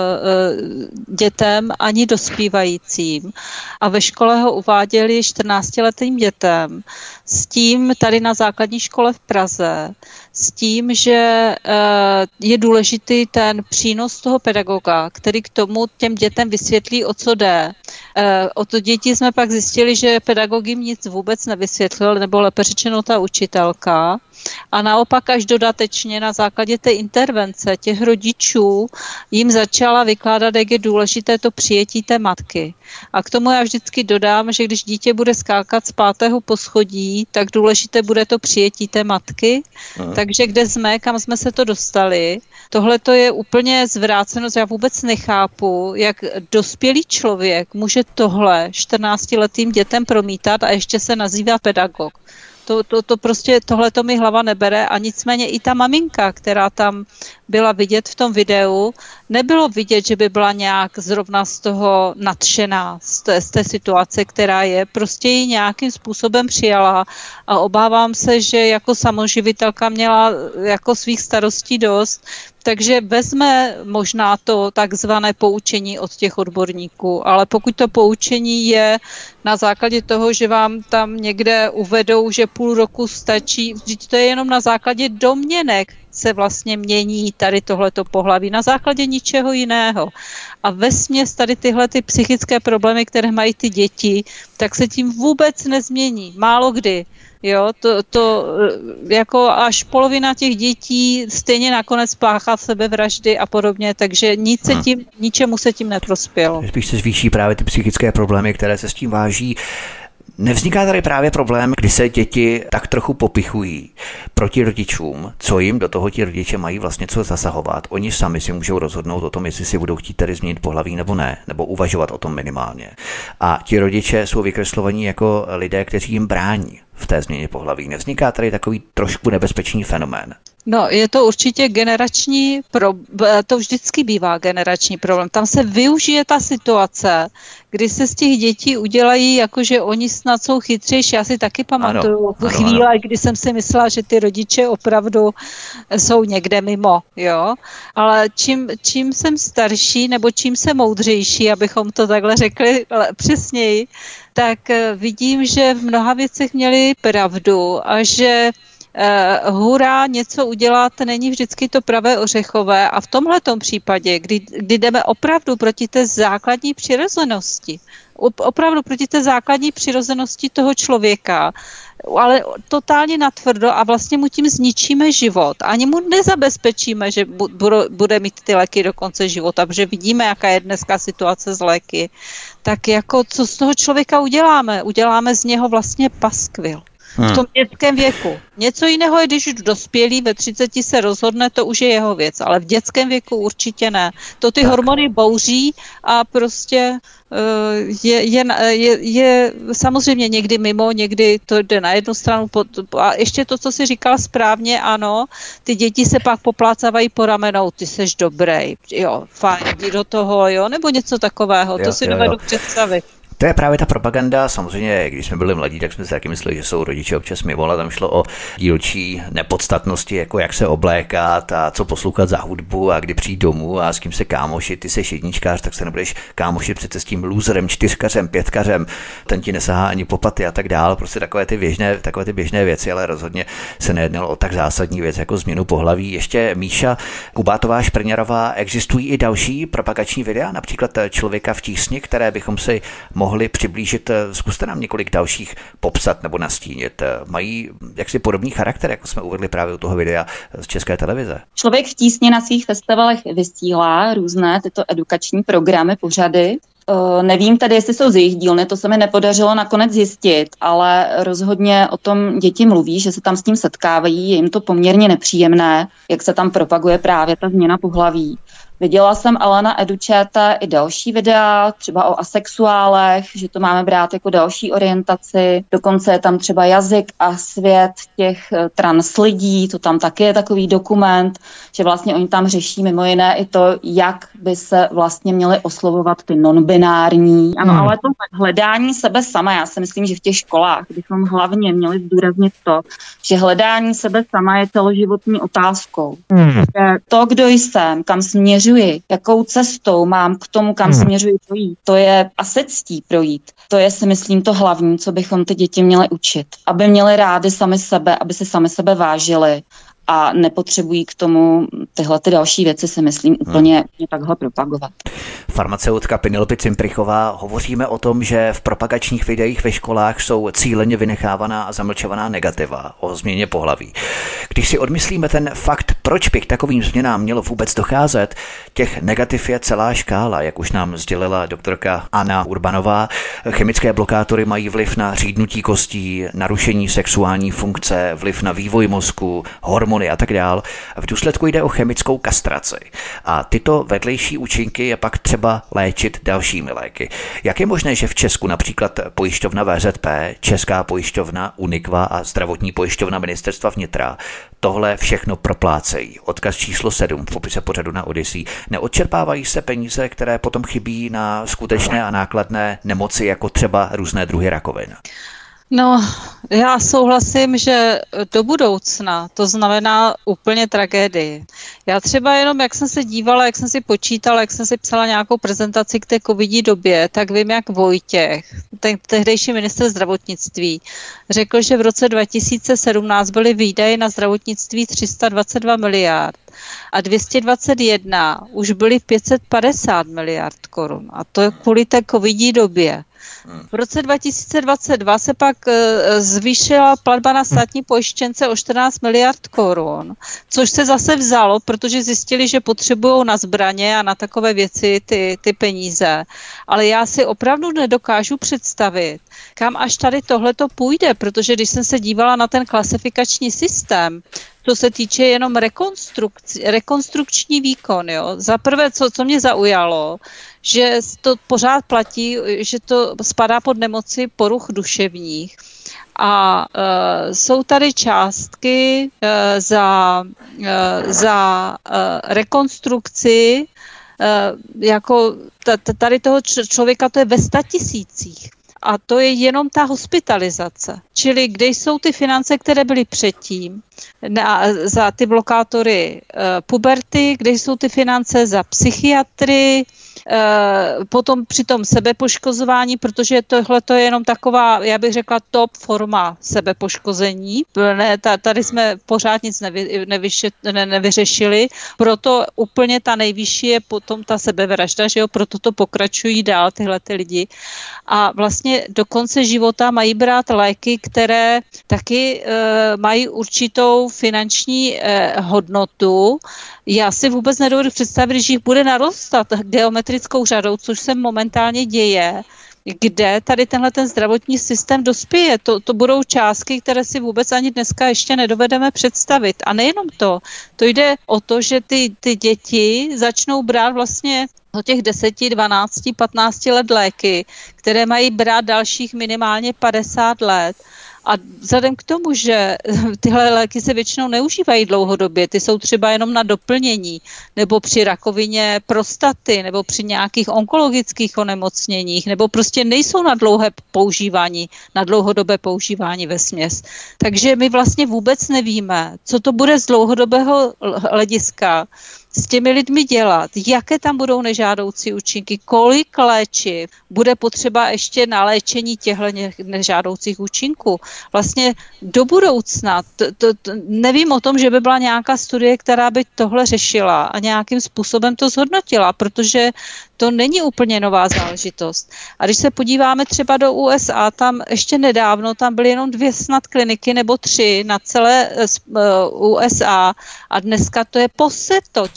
Speaker 3: dětem ani dospívajícím. A ve škole ho uváděli čtrnáctiletým dětem. S tím tady na základní škole v Praze, s tím, že je důležitý ten přínos toho pedagoga, který k tomu těm dětem vysvětlí, o co jde. O to děti jsme pak zjistili, že pedagog jim nic vůbec nevysvětlil, nebo lépe řečeno ta učitelka. A naopak až dodatečně na základě té intervence těch rodičů jim začala vykládat, jak je důležité to přijetí té matky. A k tomu já vždycky dodám, že když dítě bude skákat z pátého poschodí, tak důležité bude to přijetí té matky. Aha. Takže kde jsme, kam jsme se to dostali, tohle to je úplně zvrácenost. Já vůbec nechápu, jak dospělý člověk může tohle čtrnáctiletým dětem promítat a ještě se nazývá pedagog. To, to, to prostě tohleto mi hlava nebere a nicméně i ta maminka, která tam byla vidět v tom videu, nebylo vidět, že by byla nějak zrovna z toho nadšená, z té, z té situace, která je. Prostě ji nějakým způsobem přijala a obávám se, že jako samoživitelka měla jako svých starostí dost, takže vezme možná to takzvané poučení od těch odborníků, ale pokud to poučení je na základě toho, že vám tam někde uvedou, že půl roku stačí, vždyť to je jenom na základě domněnek, se vlastně mění tady tohleto pohlaví, na základě ničeho jiného. A vesměs tady tyhle ty psychické problémy, které mají ty děti, tak se tím vůbec nezmění. Málo kdy. Jo, to, to jako až polovina těch dětí stejně nakonec páchá sebevraždy a podobně, takže nic se tím, ničemu se tím neprospělo.
Speaker 1: Spíš se zvýší právě ty psychické problémy, které se s tím váží. Nevzniká tady právě problém, kdy se děti tak trochu popichují proti rodičům, co jim do toho ti rodiče mají vlastně co zasahovat. Oni sami si můžou rozhodnout o tom, jestli si budou chtít tady změnit pohlaví nebo ne, nebo uvažovat o tom minimálně. A ti rodiče jsou vykreslovaní jako lidé, kteří jim brání v té změně pohlaví. Nevzniká tady takový trošku nebezpečný fenomén?
Speaker 3: No, je to určitě generační, pro, to vždycky bývá generační problém. Tam se využije ta situace, kdy se z těch dětí udělají, jakože oni snad jsou chytřejší. Já si taky pamatuju ano, chvíle, ano. kdy jsem si myslela, že ty rodiče opravdu jsou někde mimo, jo. Ale čím, čím jsem starší, nebo čím jsem moudřejší, abychom to takhle řekli přesněji, tak vidím, že v mnoha věcech měli pravdu a že Uh, hurá, něco udělat, není vždycky to pravé ořechové a v tomhletom případě, kdy, kdy jdeme opravdu proti té základní přirozenosti, opravdu proti té základní přirozenosti toho člověka, ale totálně natvrdo a vlastně mu tím zničíme život. Ani mu nezabezpečíme, že bu- bude mít ty léky do konce života, protože vidíme, jaká je dneska situace s léky. Tak jako co z toho člověka uděláme? Uděláme z něho vlastně paskvil. V tom dětském věku. Něco jiného je, když už dospělý ve třiceti se rozhodne, to už je jeho věc, ale v dětském věku určitě ne. To ty tak. hormony bouří a prostě je, je, je, je samozřejmě někdy mimo, někdy to jde na jednu stranu a ještě to, co jsi říkal správně, ano, ty děti se pak poplácávají po ramenou, ty seš dobrý, jo, fajn, jdi do toho, jo, nebo něco takového, jo, to si jo, dovedu jo. představit.
Speaker 1: To je právě ta propaganda, samozřejmě, když jsme byli mladí, tak jsme si taky mysleli, že jsou rodiče občas mimo, ale tam šlo o dílčí nepodstatnosti, jako jak se oblékat a co poslouchat za hudbu a kdy přijít domů a s kým se kámošit, ty seš jedničkář, tak se nebudeš kámošit přece s tím loserem, čtyřkařem, pětkařem, ten ti nesahá ani po paty a tak dál, prostě takové ty běžné, takové ty běžné věci, ale rozhodně se nejednalo o tak zásadní věc jako změnu pohlaví. Ještě Míša Kubátová Šprňarová, existují i další propagační videa, například Člověka v tísni, které bychom si mohli přiblížit. Zkuste nám několik dalších popsat nebo nastínit. Mají jaksi podobný charakter, jako jsme uvedli právě u toho videa z České televize.
Speaker 4: Člověk v tísni na svých festivalech vysílá různé tyto edukační programy, pořady Uh, nevím tedy, jestli jsou z jejich dílny, to se mi nepodařilo nakonec zjistit, ale rozhodně o tom děti mluví, že se tam s tím setkávají, je jim to poměrně nepříjemné, jak se tam propaguje právě ta změna pohlaví. Viděla jsem ale na EduČT i další videa, třeba o asexuálech, že to máme brát jako další orientaci. Dokonce je tam třeba jazyk a svět těch trans lidí, to tam taky je takový dokument, že vlastně oni tam řeší mimo jiné i to, jak by se vlastně měly oslovovat ty non-binární. Ano, hmm. ale to hledání sebe sama, já si myslím, že v těch školách bychom hlavně měli zdůraznit to, že hledání sebe sama je celoživotní otázkou. Hmm. Že to, kdo jsem, kam směřuji, jakou cestou mám k tomu, kam hmm. směřuji projít. To je asi ctí projít. To je, si myslím, to hlavní, co bychom ty děti měli učit. Aby měli rádi sami sebe, aby si sami sebe vážili a nepotřebují k tomu tyhle ty další věci, si myslím, úplně hmm. takhle propagovat.
Speaker 1: Farmaceutka Penelope Cimprichová, hovoříme o tom, že v propagačních videích ve školách jsou cíleně vynechávaná a zamlčovaná negativa o změně pohlaví. Když si odmyslíme ten fakt, proč by k takovým změnám mělo vůbec docházet, těch negativ je celá škála, jak už nám sdělila doktorka Anna Urbanová. Chemické blokátory mají vliv na řídnutí kostí, narušení sexuální funkce, vliv na vývoj mozku, hormony a tak dál. V důsledku jde o chemickou kastraci. A tyto vedlejší účinky je pak třeba léčit dalšími léky. Jak je možné, že v Česku například pojišťovna V Z P, Česká pojišťovna Unikva a zdravotní pojišťovna Ministerstva vnitra tohle všechno proplácejí? Odkaz číslo sedm v popise pořadu na Odyssey. Neodčerpávají se peníze, které potom chybí na skutečné a nákladné nemoci, jako třeba různé druhy rakovin?
Speaker 3: No, já souhlasím, že do budoucna to znamená úplně tragédii. Já třeba jenom, jak jsem se dívala, jak jsem si počítala, jak jsem si psala nějakou prezentaci k té covidí době, tak vím, jak Vojtěch, ten tehdejší ministr zdravotnictví, řekl, že v roce dva tisíce sedmnáct byly výdaje na zdravotnictví tři sta dvacet dva miliard a dvě stě dvacet jedna už byly pět set padesát miliard korun. A to je kvůli té covidí době. V roce dva tisíce dvacet dva se pak zvýšila platba na státní pojištěnce o čtrnáct miliard korun, což se zase vzalo, protože zjistili, že potřebují na zbraně a na takové věci ty, ty peníze. Ale já si opravdu nedokážu představit, kam až tady tohleto půjde, protože když jsem se dívala na ten klasifikační systém, co se týče jenom rekonstrukční výkon. Jo. Za prvé, co, co mě zaujalo, že to pořád platí, že to spadá pod nemoci poruch duševních. A uh, jsou tady částky uh, za, uh, za uh, rekonstrukci, uh, jako t- tady toho č- člověka to je ve statisících. A to je jenom ta hospitalizace. Čili kde jsou ty finance, které byly předtím na, za ty blokátory e, puberty, kde jsou ty finance za psychiatry, e, potom při tom sebepoškozování, protože tohle to je jenom taková, já bych řekla, top forma sebepoškození. Ne, tady jsme pořád nic nevy, nevyše, ne, nevyřešili, proto úplně ta nejvyšší je potom ta sebevražda, že jo, proto to pokračují dál tyhle ty lidi. A vlastně do konce života mají brát léky, které taky e, mají určitou finanční e, hodnotu. Já si vůbec nedovedu představit, že jich bude narůstat geometrickou řadou, což se momentálně děje, kde tady tenhle ten zdravotní systém dospěje. To, to budou částky, které si vůbec ani dneska ještě nedovedeme představit. A nejenom to. To jde o to, že ty, ty děti začnou brát vlastně do těch deset, dvanáct, patnáct let léky, které mají brát dalších minimálně padesát let. A vzhledem k tomu, že tyhle léky se většinou neužívají dlouhodobě, ty jsou třeba jenom na doplnění, nebo při rakovině prostaty, nebo při nějakých onkologických onemocněních, nebo prostě nejsou na dlouhé používání, na dlouhodobé používání vesměs. Takže my vlastně vůbec nevíme, co to bude z dlouhodobého hlediska s těmi lidmi dělat, jaké tam budou nežádoucí účinky, kolik léčiv bude potřeba ještě na léčení těchto nežádoucích účinků. Vlastně do budoucna, to, to, to, nevím o tom, že by byla nějaká studie, která by tohle řešila a nějakým způsobem to zhodnotila, protože to není úplně nová záležitost. A když se podíváme třeba do U S A, tam ještě nedávno, tam byly jenom dvě snad kliniky nebo tři na celé U S A a dneska to je poseto těch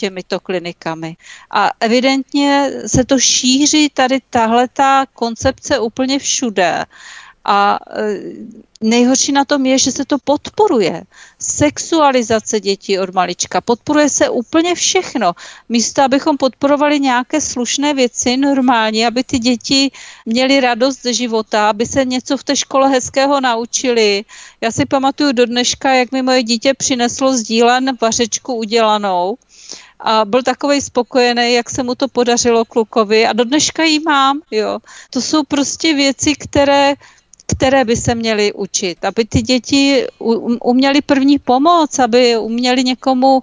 Speaker 3: těmito klinikami. A evidentně se to šíří tady tahleta koncepce úplně všude. A nejhorší na tom je, že se to podporuje. Sexualizace dětí od malička. Podporuje se úplně všechno. Místo, abychom podporovali nějaké slušné věci normálně, aby ty děti měly radost ze života, aby se něco v té škole hezkého naučili. Já si pamatuju do dneška, jak mi moje dítě přineslo z dílen vařečku udělanou. A byl takovej spokojený, jak se mu to podařilo klukovi. A do dneška ji mám. Jo. To jsou prostě věci, které... které by se měly učit, aby ty děti uměly první pomoc, aby uměly někomu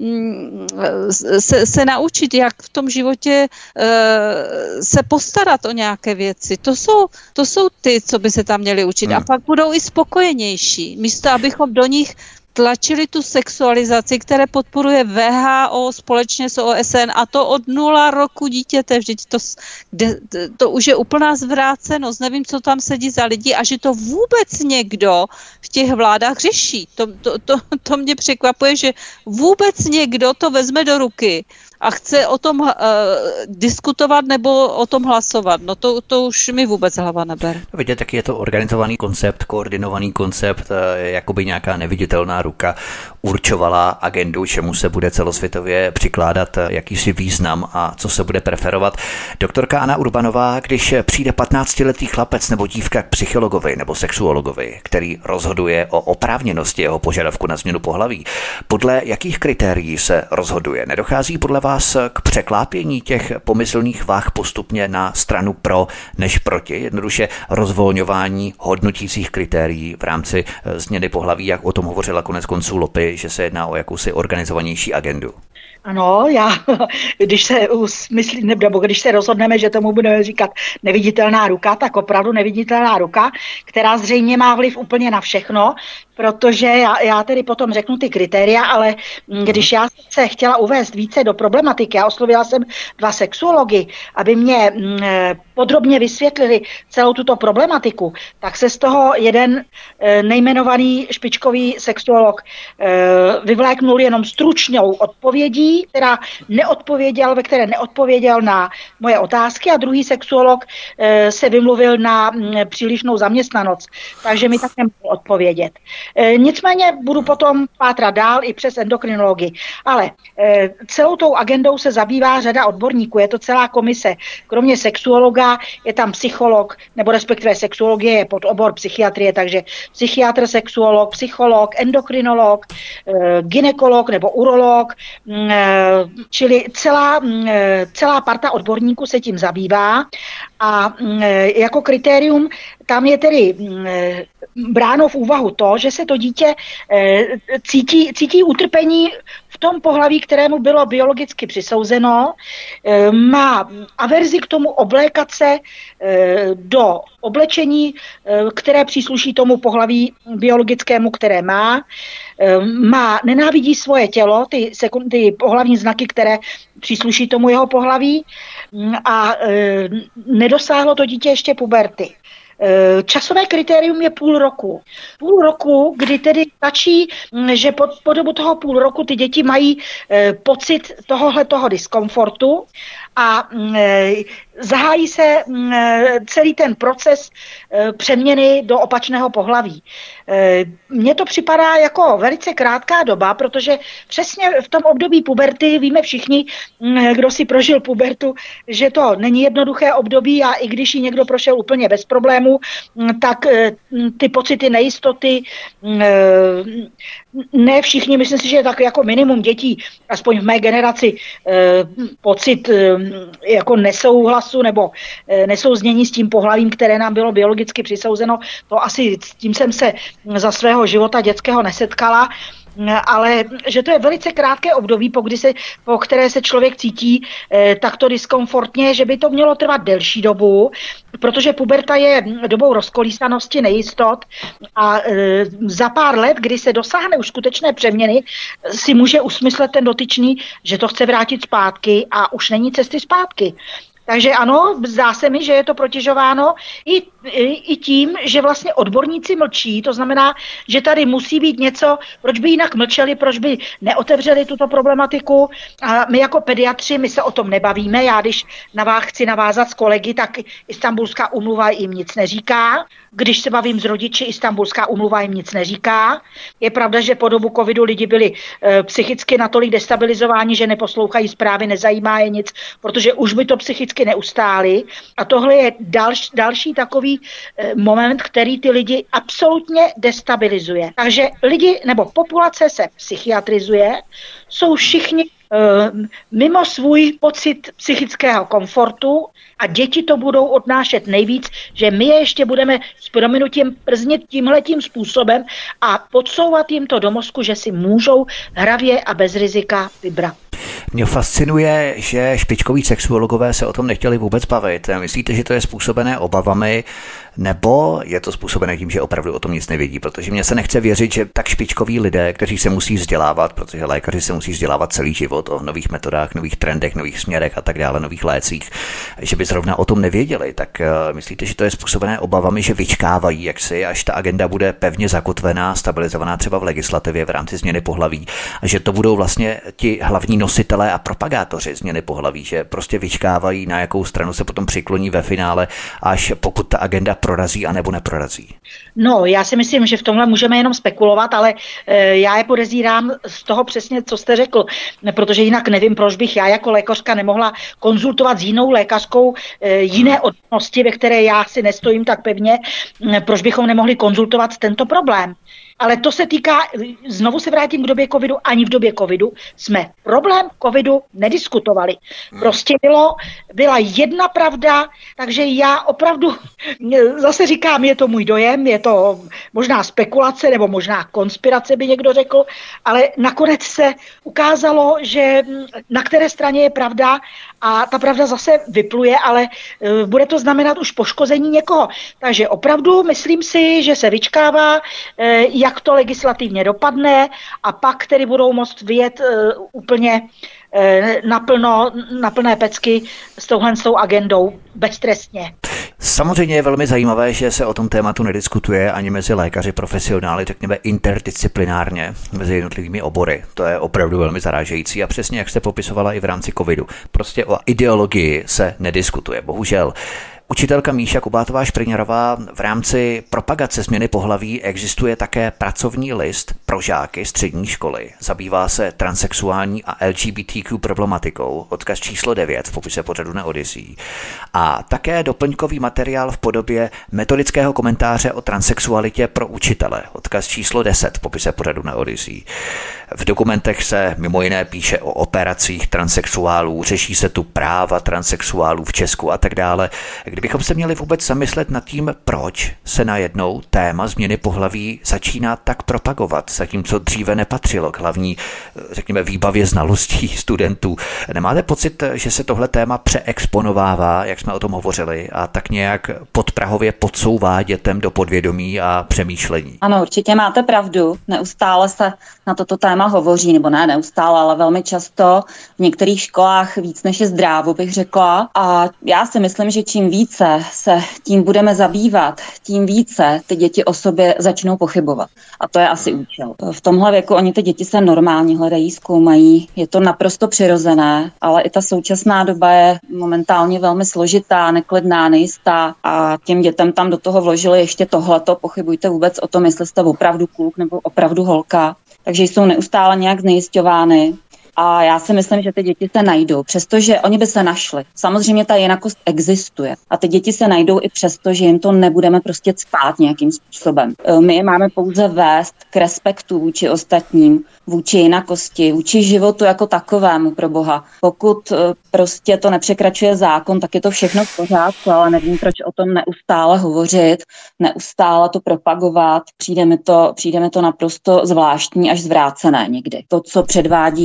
Speaker 3: se, se naučit, jak v tom životě se postarat o nějaké věci. To jsou, to jsou ty, co by se tam měly učit. Hmm. A pak budou i spokojenější. Místo, abychom do nich tlačili tu sexualizaci, které podporuje V H O společně s O S N, a to od nula roku dítěte. Vždyť to, to už je úplná zvrácenost. Nevím, co tam sedí za lidi a že to vůbec někdo v těch vládách řeší. To, to, to, to mě překvapuje, že vůbec někdo to vezme do ruky a chce o tom uh, diskutovat nebo o tom hlasovat. No to, to už mi vůbec hlava neber.
Speaker 1: Vidíte, taky je to organizovaný koncept, koordinovaný koncept, jakoby nějaká neviditelná ruka určovala agendu, čemu se bude celosvětově přikládat jakýsi význam a co se bude preferovat. Doktorka Anna Urbanová, když přijde patnáctiletý chlapec nebo dívka k psychologovi nebo sexuologovi, který rozhoduje o oprávněnosti jeho požadavku na změnu pohlaví, podle jakých kritérií se rozhoduje? Nedochází podle vás k překlápění těch pomyslných váh postupně na stranu pro než proti? Jednoduše rozvolňování hodnotících kritérií v rámci změny pohlaví, jak o tom hovořila konec konců Lopy, že se jedná o jakousi organizovanější agendu.
Speaker 2: Ano, já, když se usmyslí, nebo když se rozhodneme, že tomu budeme říkat neviditelná ruka, tak opravdu neviditelná ruka, která zřejmě má vliv úplně na všechno, protože já, já tedy potom řeknu ty kritéria, ale když já se chtěla uvést více do problematiky, já oslovila jsem dva sexuology, aby mě podrobně vysvětlili celou tuto problematiku, tak se z toho jeden nejmenovaný špičkový sexuolog vyvléknul jenom stručnou odpovědí, která neodpověděl, ve které neodpověděl na moje otázky, a druhý sexuolog se vymluvil na přílišnou zaměstnanost, takže mi tak nemohl odpovědět. Nicméně budu potom pátrat dál i přes endokrinologii. Ale celou tou agendou se zabývá řada odborníků, je to celá komise. Kromě sexuologa je tam psycholog, nebo respektive sexuologie je pod obor psychiatrie, takže psychiatr, sexuolog, psycholog, endokrinolog, gynekolog nebo urolog, čili celá, celá parta odborníků se tím zabývá a jako kritérium tam je tedy bráno v úvahu to, že se to dítě cítí, cítí utrpení v tom pohlaví, kterému bylo biologicky přisouzeno, má averzi k tomu oblékat se do oblečení, které přísluší tomu pohlaví biologickému, které má, má nenávidí svoje tělo, ty, ty pohlavní znaky, které přísluší tomu jeho pohlaví, a nedosáhlo to dítě ještě puberty. Časové kritérium je půl roku. Půl roku, kdy tedy stačí, že po, po dobu toho půl roku ty děti mají e, pocit tohohle toho diskomfortu a e, zahájí se e, celý ten proces e, přeměny do opačného pohlaví. E, mně to připadá jako velice krátká doba, protože přesně v tom období puberty víme všichni, kdo si prožil pubertu, že to není jednoduché období, a i když ji někdo prošel úplně bez problémů, tak ty pocity nejistoty, ne všichni, myslím si, že je tak jako minimum dětí, aspoň v mé generaci, pocit jako nesouhlasu nebo nesouznění s tím pohlavím, které nám bylo biologicky přisouzeno. To asi s tím jsem se za svého života dětského nesetkala, ale že to je velice krátké období, po, kdy se, po které se člověk cítí eh, takto diskomfortně, že by to mělo trvat delší dobu, protože puberta je dobou rozkolísanosti, nejistot, a eh, za pár let, kdy se dosáhne už skutečné přeměny, si může usmyslet ten dotyčný, že to chce vrátit zpátky a už není cesty zpátky. Takže ano, zdá se mi, že je to protěžováno i, i, i tím, že vlastně odborníci mlčí, to znamená, že tady musí být něco, proč by jinak mlčeli, proč by neotevřeli tuto problematiku. A my jako pediatři, my se o tom nebavíme. Já když na vás chci navázat s kolegy, tak Istanbulská úmluva jim nic neříká. Když se bavím s rodiči, Istanbulská úmluva jim nic neříká. Je pravda, že po dobu covidu lidi byli e, psychicky natolik destabilizováni, že neposlouchají zprávy, nezajímá je nic, protože už by to psychicky neustáli. A tohle je další, další takový e, moment, který ty lidi absolutně destabilizuje. Takže lidi nebo populace se psychiatrizuje, jsou všichni mimo svůj pocit psychického komfortu a děti to budou odnášet nejvíc, že my je ještě budeme s prominutím prznit tímhletím způsobem a podsouvat jim to do mozku, že si můžou hravě a bez rizika vybrat.
Speaker 1: Mě fascinuje, že špičkoví sexuologové se o tom nechtěli vůbec bavit. Myslíte, že to je způsobené obavami, nebo je to způsobené tím, že opravdu o tom nic nevědí? Protože mně se nechce věřit, že tak špičkoví lidé, kteří se musí vzdělávat, protože lékaři se musí vzdělávat celý život o nových metodách, nových trendech, nových směrech a tak dále, nových lécích, že by zrovna o tom nevěděli. Tak uh, myslíte, že to je způsobené obavami, že vyčkávají, jaksi, až ta agenda bude pevně zakotvená, stabilizovaná třeba v legislativě v rámci změny pohlaví, a že to budou vlastně ti hlavní nositelé a propagátoři změny pohlaví, že prostě vyčkávají, na jakou stranu se potom přikloní ve finále, až pokud ta agenda prorazí a nebo neprorazí?
Speaker 2: No, já si myslím, že v tomhle můžeme jenom spekulovat, ale e, já je podezírám z toho přesně, co jste řekl, protože jinak nevím, proč bych já jako lékařka nemohla konzultovat s jinou lékařkou e, jiné odbornosti, ve které já si nestojím tak pevně, e, proč bychom nemohli konzultovat tento problém. Ale to se týká, znovu se vrátím k době covidu, ani v době covidu jsme problém covidu nediskutovali. Prostě bylo, byla jedna pravda, takže já opravdu zase říkám, je to můj dojem, je to možná spekulace nebo možná konspirace, by někdo řekl, ale nakonec se ukázalo, že na které straně je pravda a ta pravda zase vypluje, ale uh, bude to znamenat už poškození někoho. Takže opravdu myslím si, že se vyčkává, uh, jak to legislativně dopadne a pak tedy budou moct vyjet uh, úplně uh, naplno, na plné pecky s touhle s tou agendou beztrestně.
Speaker 1: Samozřejmě je velmi zajímavé, že se o tom tématu nediskutuje ani mezi lékaři profesionály, řekněme interdisciplinárně, mezi jednotlivými obory. To je opravdu velmi zarážející a přesně jak jste popisovala i v rámci covidu. Prostě o ideologii se nediskutuje, bohužel. Učitelka Míša Kubátová-Špriňarová, v rámci propagace změny pohlaví existuje také pracovní list pro žáky střední školy. Zabývá se transsexuální a L G B T Q problematikou, odkaz číslo devět v popise pořadu na Odyssey. A také doplňkový materiál v podobě metodického komentáře o transsexualitě pro učitele, odkaz číslo deset v popise pořadu na Odyssey. V dokumentech se mimo jiné píše o operacích transsexuálů, řeší se tu práva transsexuálů v Česku a tak dále. Kdybychom se měli vůbec zamyslet nad tím, proč se najednou téma změny pohlaví začíná tak propagovat, zatímco dříve nepatřilo k hlavní, řekněme, výbavě znalostí studentů. Nemáte pocit, že se tohle téma přeexponovává, jak jsme o tom hovořili, a tak nějak podprahově podsouvá dětem do podvědomí a přemýšlení?
Speaker 4: Ano, určitě máte pravdu. Neustále se na toto téma hovoří, nebo ne neustále, ale velmi často v některých školách víc než je zdrávo, bych řekla. A já si myslím, že čím více se tím budeme zabývat, tím více ty děti o sobě začnou pochybovat. A to je asi účel. V tomhle věku oni ty děti se normálně hledají, zkoumají. Je to naprosto přirozené, ale i ta současná doba je momentálně velmi složitá, neklidná, nejistá a těm dětem tam do toho vložili ještě tohleto. Pochybujte vůbec o tom, jestli jste opravdu kluk nebo opravdu holka. Takže jsou neustále nějak znejisťovány. A já si myslím, že ty děti se najdou, přestože oni by se našli. Samozřejmě ta jinakost existuje a ty děti se najdou i přesto, že jim to nebudeme prostě cpát nějakým způsobem. My je máme pouze vést k respektu vůči ostatním, vůči jinakosti, vůči životu jako takovému, pro Boha. Pokud prostě to nepřekračuje zákon, tak je to všechno v pořádku, ale nevím, proč o tom neustále hovořit, neustále to propagovat. Přijde mi to, přijde mi to naprosto zvláštní až zvrácené někdy. To, co předvádí někteří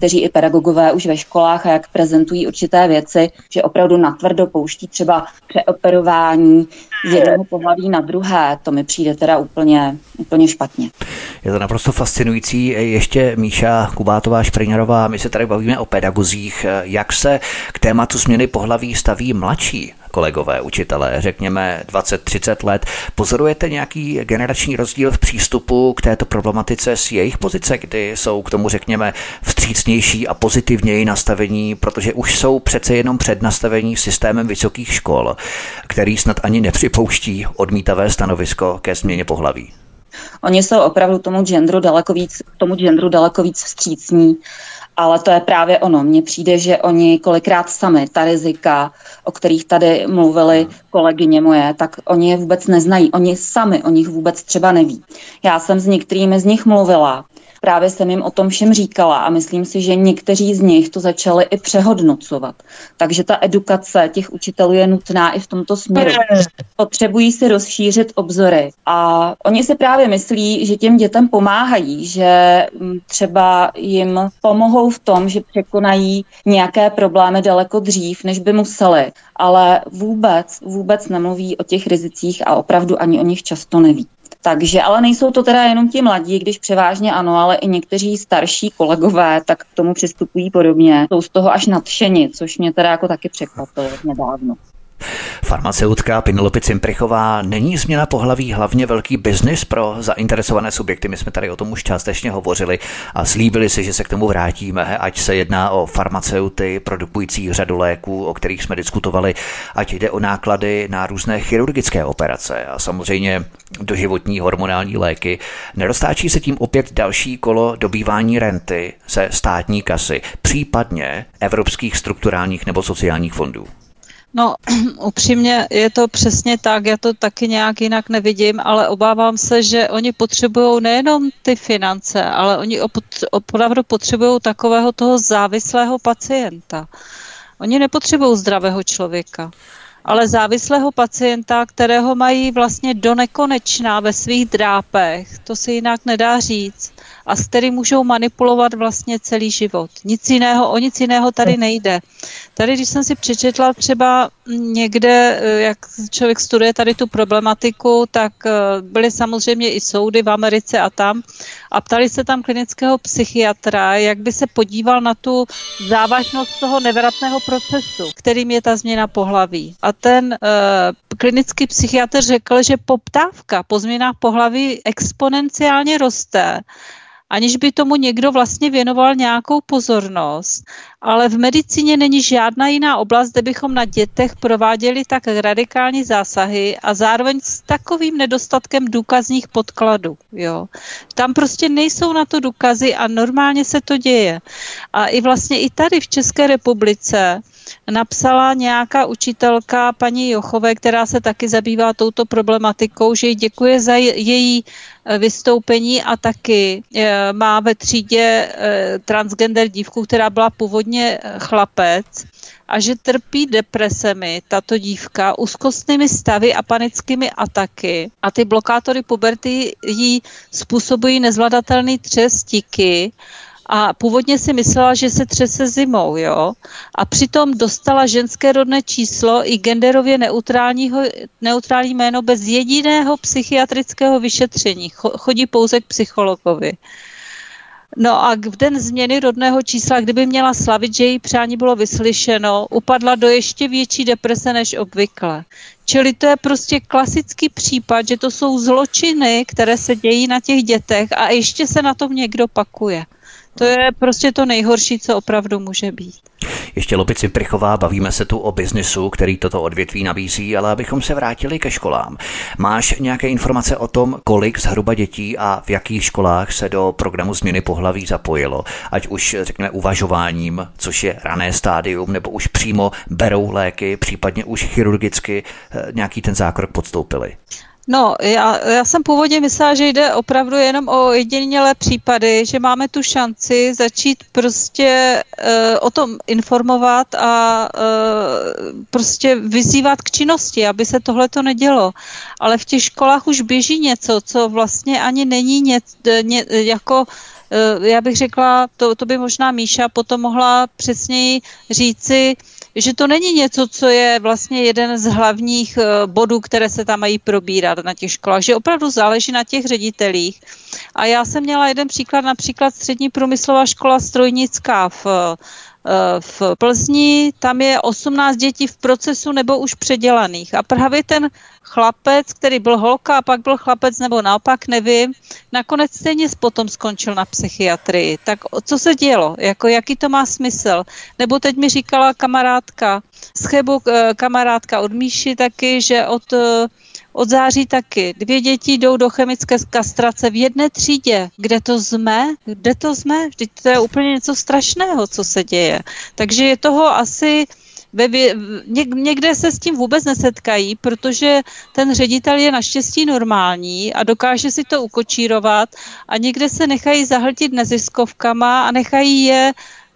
Speaker 4: někteří i pedagogové už ve školách a jak prezentují určité věci, že opravdu natvrdo pouští třeba přeoperování z jednoho pohlaví na druhé, to mi přijde teda úplně, úplně špatně.
Speaker 1: Je to naprosto fascinující. Ještě Míša Kubátová-Šprejňarová, my se tady bavíme o pedagozích. Jak se k tématu změny pohlaví staví mladší kolegové, učitelé, řekněme dvacet třicet let? Pozorujete nějaký generační rozdíl v přístupu k této problematice z jejich pozice, kdy jsou k tomu, řekněme, vstřícnější a pozitivněji nastavení, protože už jsou přece jenom přednastavení systémem vysokých škol, který snad ani nepřipouští odmítavé stanovisko ke změně pohlaví?
Speaker 4: Oni jsou opravdu tomu genderu daleko víc, tomu genderu daleko víc vstřícní, ale to je právě ono. Mně přijde, že oni kolikrát sami, ta rizika, o kterých tady mluvili kolegyně moje, tak oni je vůbec neznají. Oni sami o nich vůbec třeba neví. Já jsem s některými z nich mluvila. Právě jsem jim o tom všem říkala a myslím si, že někteří z nich to začali i přehodnocovat. Takže ta edukace těch učitelů je nutná i v tomto směru. Potřebují si rozšířit obzory a oni si právě myslí, že těm dětem pomáhají, že třeba jim pomohou v tom, že překonají nějaké problémy daleko dřív, než by museli, ale vůbec, vůbec nemluví o těch rizicích a opravdu ani o nich často neví. Takže, ale nejsou to teda jenom ti mladí, když převážně ano, ale i někteří starší kolegové tak k tomu přistupují podobně. Jsou z toho až nadšeni, což mě teda jako taky překvapilo nedávno.
Speaker 1: Farmaceutka Penelope Cimprichová, není změna pohlaví hlavně velký biznis pro zainteresované subjekty? My jsme tady o tom už částečně hovořili a slíbili si, že se k tomu vrátíme, ať se jedná o farmaceuty produkující řadu léků, o kterých jsme diskutovali, ať jde o náklady na různé chirurgické operace a samozřejmě doživotní hormonální léky. Neroztáčí se tím opět další kolo dobývání renty ze státní kasy, případně evropských strukturálních nebo sociálních fondů?
Speaker 3: No, upřímně je to přesně tak, já to taky nějak jinak nevidím, ale obávám se, že oni potřebují nejenom ty finance, ale oni opravdu potřebují takového toho závislého pacienta. Oni nepotřebují zdravého člověka, ale závislého pacienta, kterého mají vlastně do nekonečna ve svých drápech, to se jinak nedá říct, a s kterým můžou manipulovat vlastně celý život. Nic jiného, o nic jiného tady nejde. Tady, když jsem si přečetla třeba někde, jak člověk studuje tady tu problematiku, tak byly samozřejmě i soudy v Americe a tam a ptali se tam klinického psychiatra, jak by se podíval na tu závažnost toho nevratného procesu, kterým je ta změna pohlaví. A ten uh, klinický psychiatr řekl, že poptávka po změnách pohlaví exponenciálně roste, aniž by tomu někdo vlastně věnoval nějakou pozornost. Ale v medicíně není žádná jiná oblast, kde bychom na dětech prováděli tak radikální zásahy a zároveň s takovým nedostatkem důkazních podkladů. Jo. Tam prostě nejsou na to důkazy a normálně se to děje. A i vlastně i tady v České republice napsala nějaká učitelka paní Jochové, která se taky zabývá touto problematikou, že jí děkuje za její vystoupení a taky má ve třídě transgender dívku, která byla původně chlapec a že trpí depresemi tato dívka, úzkostnými stavy a panickými ataky a ty blokátory puberty jí způsobují nezvladatelný třes, tiky. A původně si myslela, že se třese zimou, jo. A přitom dostala ženské rodné číslo i genderově neutrálního, neutrální jméno bez jediného psychiatrického vyšetření. Chodí pouze k psychologovi. No a v den změny rodného čísla, kdyby měla slavit, že její přání bylo vyslyšeno, upadla do ještě větší deprese než obvykle. Čili to je prostě klasický případ, že to jsou zločiny, které se dějí na těch dětech a ještě se na tom někdo pakuje. To je prostě to nejhorší, co opravdu může být.
Speaker 1: Ještě Lopi Cimprichová, bavíme se tu o biznisu, který toto odvětví nabízí, ale abychom se vrátili ke školám. Máš nějaké informace o tom, kolik zhruba dětí a v jakých školách se do programu změny pohlaví zapojilo? Ať už, řekněme, uvažováním, což je rané stádium, nebo už přímo berou léky, případně už chirurgicky nějaký ten zákrok podstoupili?
Speaker 3: No, já, já jsem původně myslela, že jde opravdu jenom o jedinělé případy, že máme tu šanci začít prostě uh, o tom informovat a uh, prostě vyzývat k činnosti, aby se tohleto nedělo. Ale v těch školách už běží něco, co vlastně ani není něco, ně, jako já bych řekla, to, to by možná Míša potom mohla přesněji říci, že to není něco, co je vlastně jeden z hlavních bodů, které se tam mají probírat na těch školách, že opravdu záleží na těch ředitelích. A já jsem měla jeden příklad, například Střední průmyslová škola strojnická v v Plzni, tam je osmnáct dětí v procesu nebo už předělaných. A právě ten chlapec, který byl holka a pak byl chlapec, nebo naopak, nevím, nakonec stejně potom skončil na psychiatrii. Tak co se dělo? Jako, jaký to má smysl? Nebo teď mi říkala kamarádka z Chebu, kamarádka od Míši taky, že od Od září taky. Dvě děti jdou do chemické kastrace v jedné třídě. Kde to jsme? Kde to jsme? Vždyť to je úplně něco strašného, co se děje. Takže je toho asi... Ve, někde se s tím vůbec nesetkají, protože ten ředitel je naštěstí normální a dokáže si to ukočírovat a někde se nechají zahltit neziskovkama a nechají je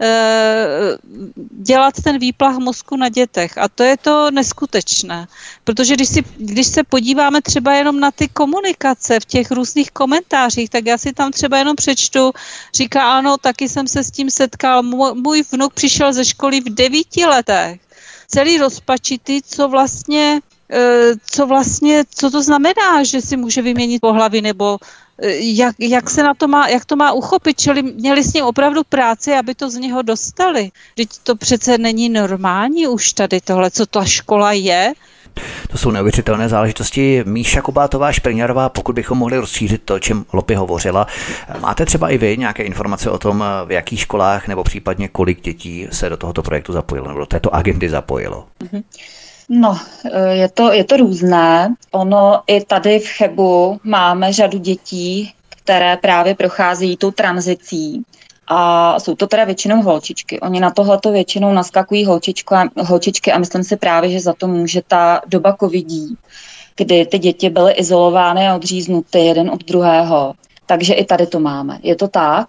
Speaker 3: dělat ten výplach mozku na dětech. A to je to neskutečné. Protože když, si, když se podíváme třeba jenom na ty komunikace v těch různých komentářích, tak já si tam třeba jenom přečtu, říká, ano, taky jsem se s tím setkal, můj, můj vnuk přišel ze školy v devíti letech. Celý rozpačitý, co vlastně, co vlastně, co to znamená, že si může vyměnit pohlaví, nebo Jak, jak se na to má, jak to má uchopit, čili měli s ním opravdu práci, aby to z něho dostali. Vždyť to přece není normální už tady tohle, co ta škola je.
Speaker 1: To jsou neuvěřitelné záležitosti. Míša Kubátová-Šprňarová, pokud bychom mohli rozšířit to, o čem Lopi hovořila. Máte třeba i vy nějaké informace o tom, v jakých školách nebo případně kolik dětí se do tohoto projektu zapojilo, nebo do této agendy zapojilo?
Speaker 4: Mm-hmm. No, je to, je to různé. Ono i tady v Chebu máme řadu dětí, které právě procházejí tou tranzicí. A jsou to teda většinou holčičky. Oni na tohleto většinou naskakují holčičky, holčičky a myslím si právě, že za to může ta doba covidí, kdy ty děti byly izolovány a odříznuty jeden od druhého. Takže i tady to máme. Je to tak.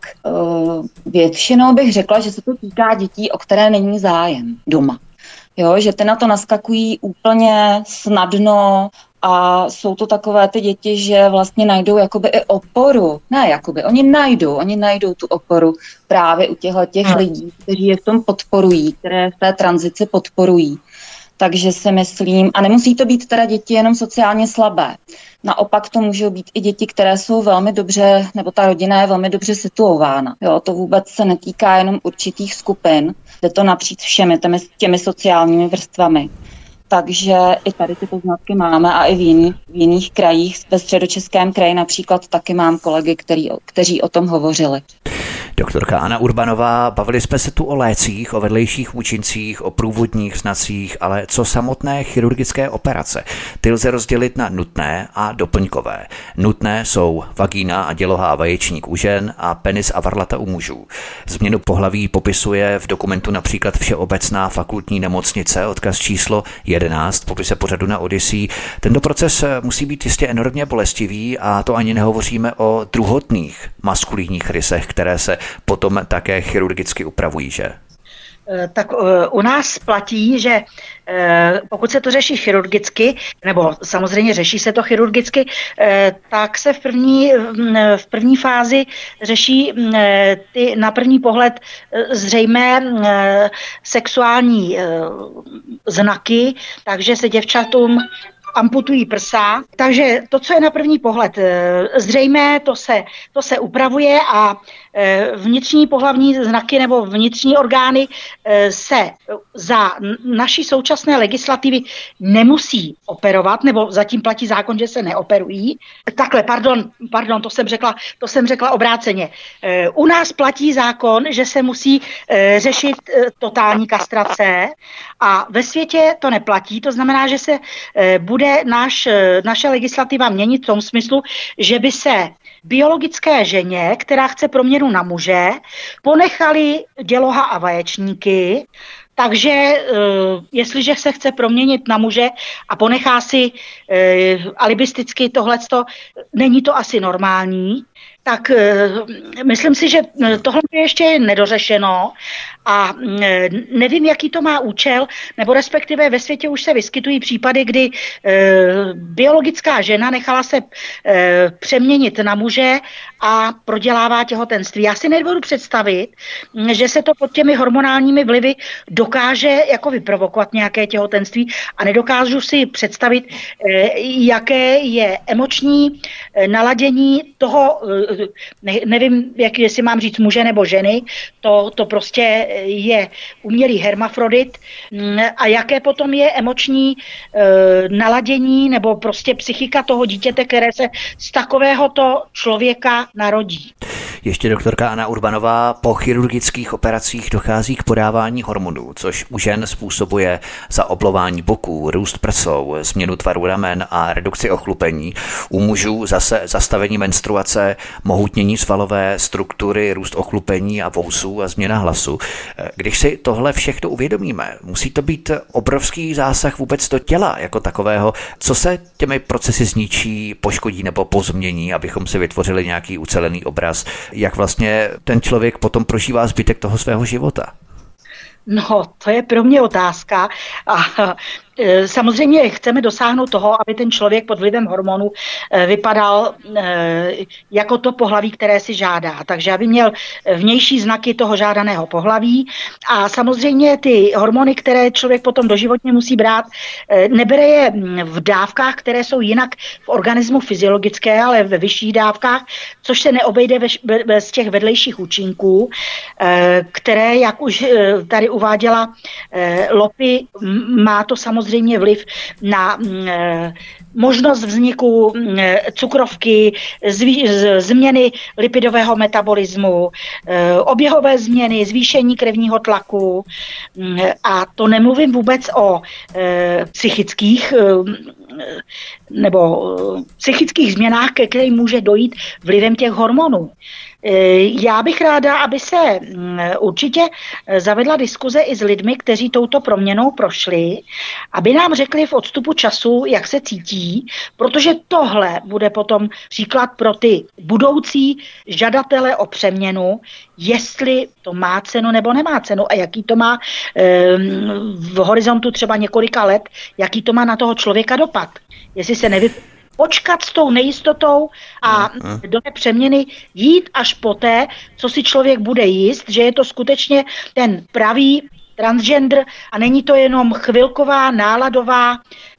Speaker 4: Většinou bych řekla, že se to týká dětí, o které není zájem doma. Jo, že ty na to naskakují úplně snadno a jsou to takové ty děti, že vlastně najdou jakoby i oporu. Ne, jakoby, oni najdou, oni najdou tu oporu právě u těchto těch lidí, kteří je v tom podporují, které v té tranzici podporují. Takže si myslím, a nemusí to být teda děti jenom sociálně slabé. Naopak to můžou být i děti, které jsou velmi dobře, nebo ta rodina je velmi dobře situována. Jo, to vůbec se netýká jenom určitých skupin, jde to napříč všemi těmi, těmi sociálními vrstvami. Takže i tady ty poznatky máme a i v jiných, v jiných krajích, ve Středočeském kraji například taky mám kolegy, který, kteří o tom hovořili.
Speaker 1: Doktorka Anna Urbanová, bavili jsme se tu o lécích, o vedlejších účincích, o průvodních znacích, ale co samotné chirurgické operace? Ty lze rozdělit na nutné a doplňkové. Nutné jsou vagína a děloha a vaječník u žen a penis a varlata u mužů. Změnu pohlaví popisuje v dokumentu například Všeobecná fakultní nemocnice, odkaz číslo jedenáct v popise pořadu na Odyssey. Tento proces musí být jistě enormně bolestivý a to ani nehovoříme o druhotných maskulinních rysech, které se potom také chirurgicky upravují, že?
Speaker 2: Tak u nás platí, že pokud se to řeší chirurgicky, nebo samozřejmě řeší se to chirurgicky, tak se v první, v první fázi řeší ty na první pohled zřejmé sexuální znaky, takže se děvčatům amputují prsa. Takže to, co je na první pohled zřejmé, to se, to se upravuje a vnitřní pohlavní znaky nebo vnitřní orgány se za naší současné legislativy nemusí operovat, nebo zatím platí zákon, že se neoperují. Takhle, pardon, pardon, to jsem řekla, to jsem řekla obráceně. U nás platí zákon, že se musí řešit totální kastrace a ve světě to neplatí, to znamená, že se bude Naš, naše legislativa měnit v tom smyslu, že by se biologické ženě, která chce proměnu na muže, ponechali děloha a vaječníky, takže jestliže se chce proměnit na muže a ponechá si alibisticky tohleto, není to asi normální. tak myslím si, že tohle je ještě nedořešeno a nevím, jaký to má účel, nebo respektive ve světě už se vyskytují případy, kdy biologická žena nechala se přeměnit na muže a prodělává těhotenství. Já si nedovedu představit, že se to pod těmi hormonálními vlivy dokáže jako vyprovokovat nějaké těhotenství a nedokážu si představit, jaké je emoční naladění toho, ne, nevím, jak, jestli mám říct muže nebo ženy, to, to prostě je umělý hermafrodit a jaké potom je emoční naladění nebo prostě psychika toho dítěte, které se z takovéhoto člověka narodí.
Speaker 1: Ještě doktorka Anna Urbanová, po chirurgických operacích dochází k podávání hormonů, což u žen způsobuje zaoblování boků, růst prsou, změnu tvaru ramen a redukci ochlupení. U mužů zase zastavení menstruace, mohutnění svalové struktury, růst ochlupení a vousů a změna hlasu. Když si tohle všechno uvědomíme, musí to být obrovský zásah vůbec do těla jako takového. Co se těmi procesy zničí, poškodí nebo pozmění, abychom si vytvořili nějaký ucelený obraz, jak vlastně ten člověk potom prožívá zbytek toho svého života?
Speaker 2: No, to je pro mě otázka a samozřejmě chceme dosáhnout toho, aby ten člověk pod vlivem hormonů vypadal jako to pohlaví, které si žádá. Takže aby měl vnější znaky toho žádaného pohlaví a samozřejmě ty hormony, které člověk potom doživotně musí brát, nebere je v dávkách, které jsou jinak v organismu fyziologické, ale ve vyšších dávkách, což se neobejde z těch vedlejších účinků, které, jak už tady uváděla Lopi, má to samozřejmě samozřejmě vliv na e, možnost vzniku e, cukrovky, zví, z, změny lipidového metabolismu, e, oběhové změny, zvýšení krevního tlaku e, a to nemluvím vůbec o e, psychických e, nebo e, psychických změnách, ke kterým může dojít vlivem těch hormonů. Já bych ráda, aby se určitě zavedla diskuze i s lidmi, kteří touto proměnou prošli, aby nám řekli v odstupu času, jak se cítí, protože tohle bude potom příklad pro ty budoucí žadatele o přeměnu, jestli to má cenu nebo nemá cenu a jaký to má v horizontu třeba několika let, jaký to má na toho člověka dopad. Jestli se nevy... počkat s tou nejistotou a do té přeměny jít až poté, co si člověk bude jist, že je to skutečně ten pravý transgender a není to jenom chvilková náladová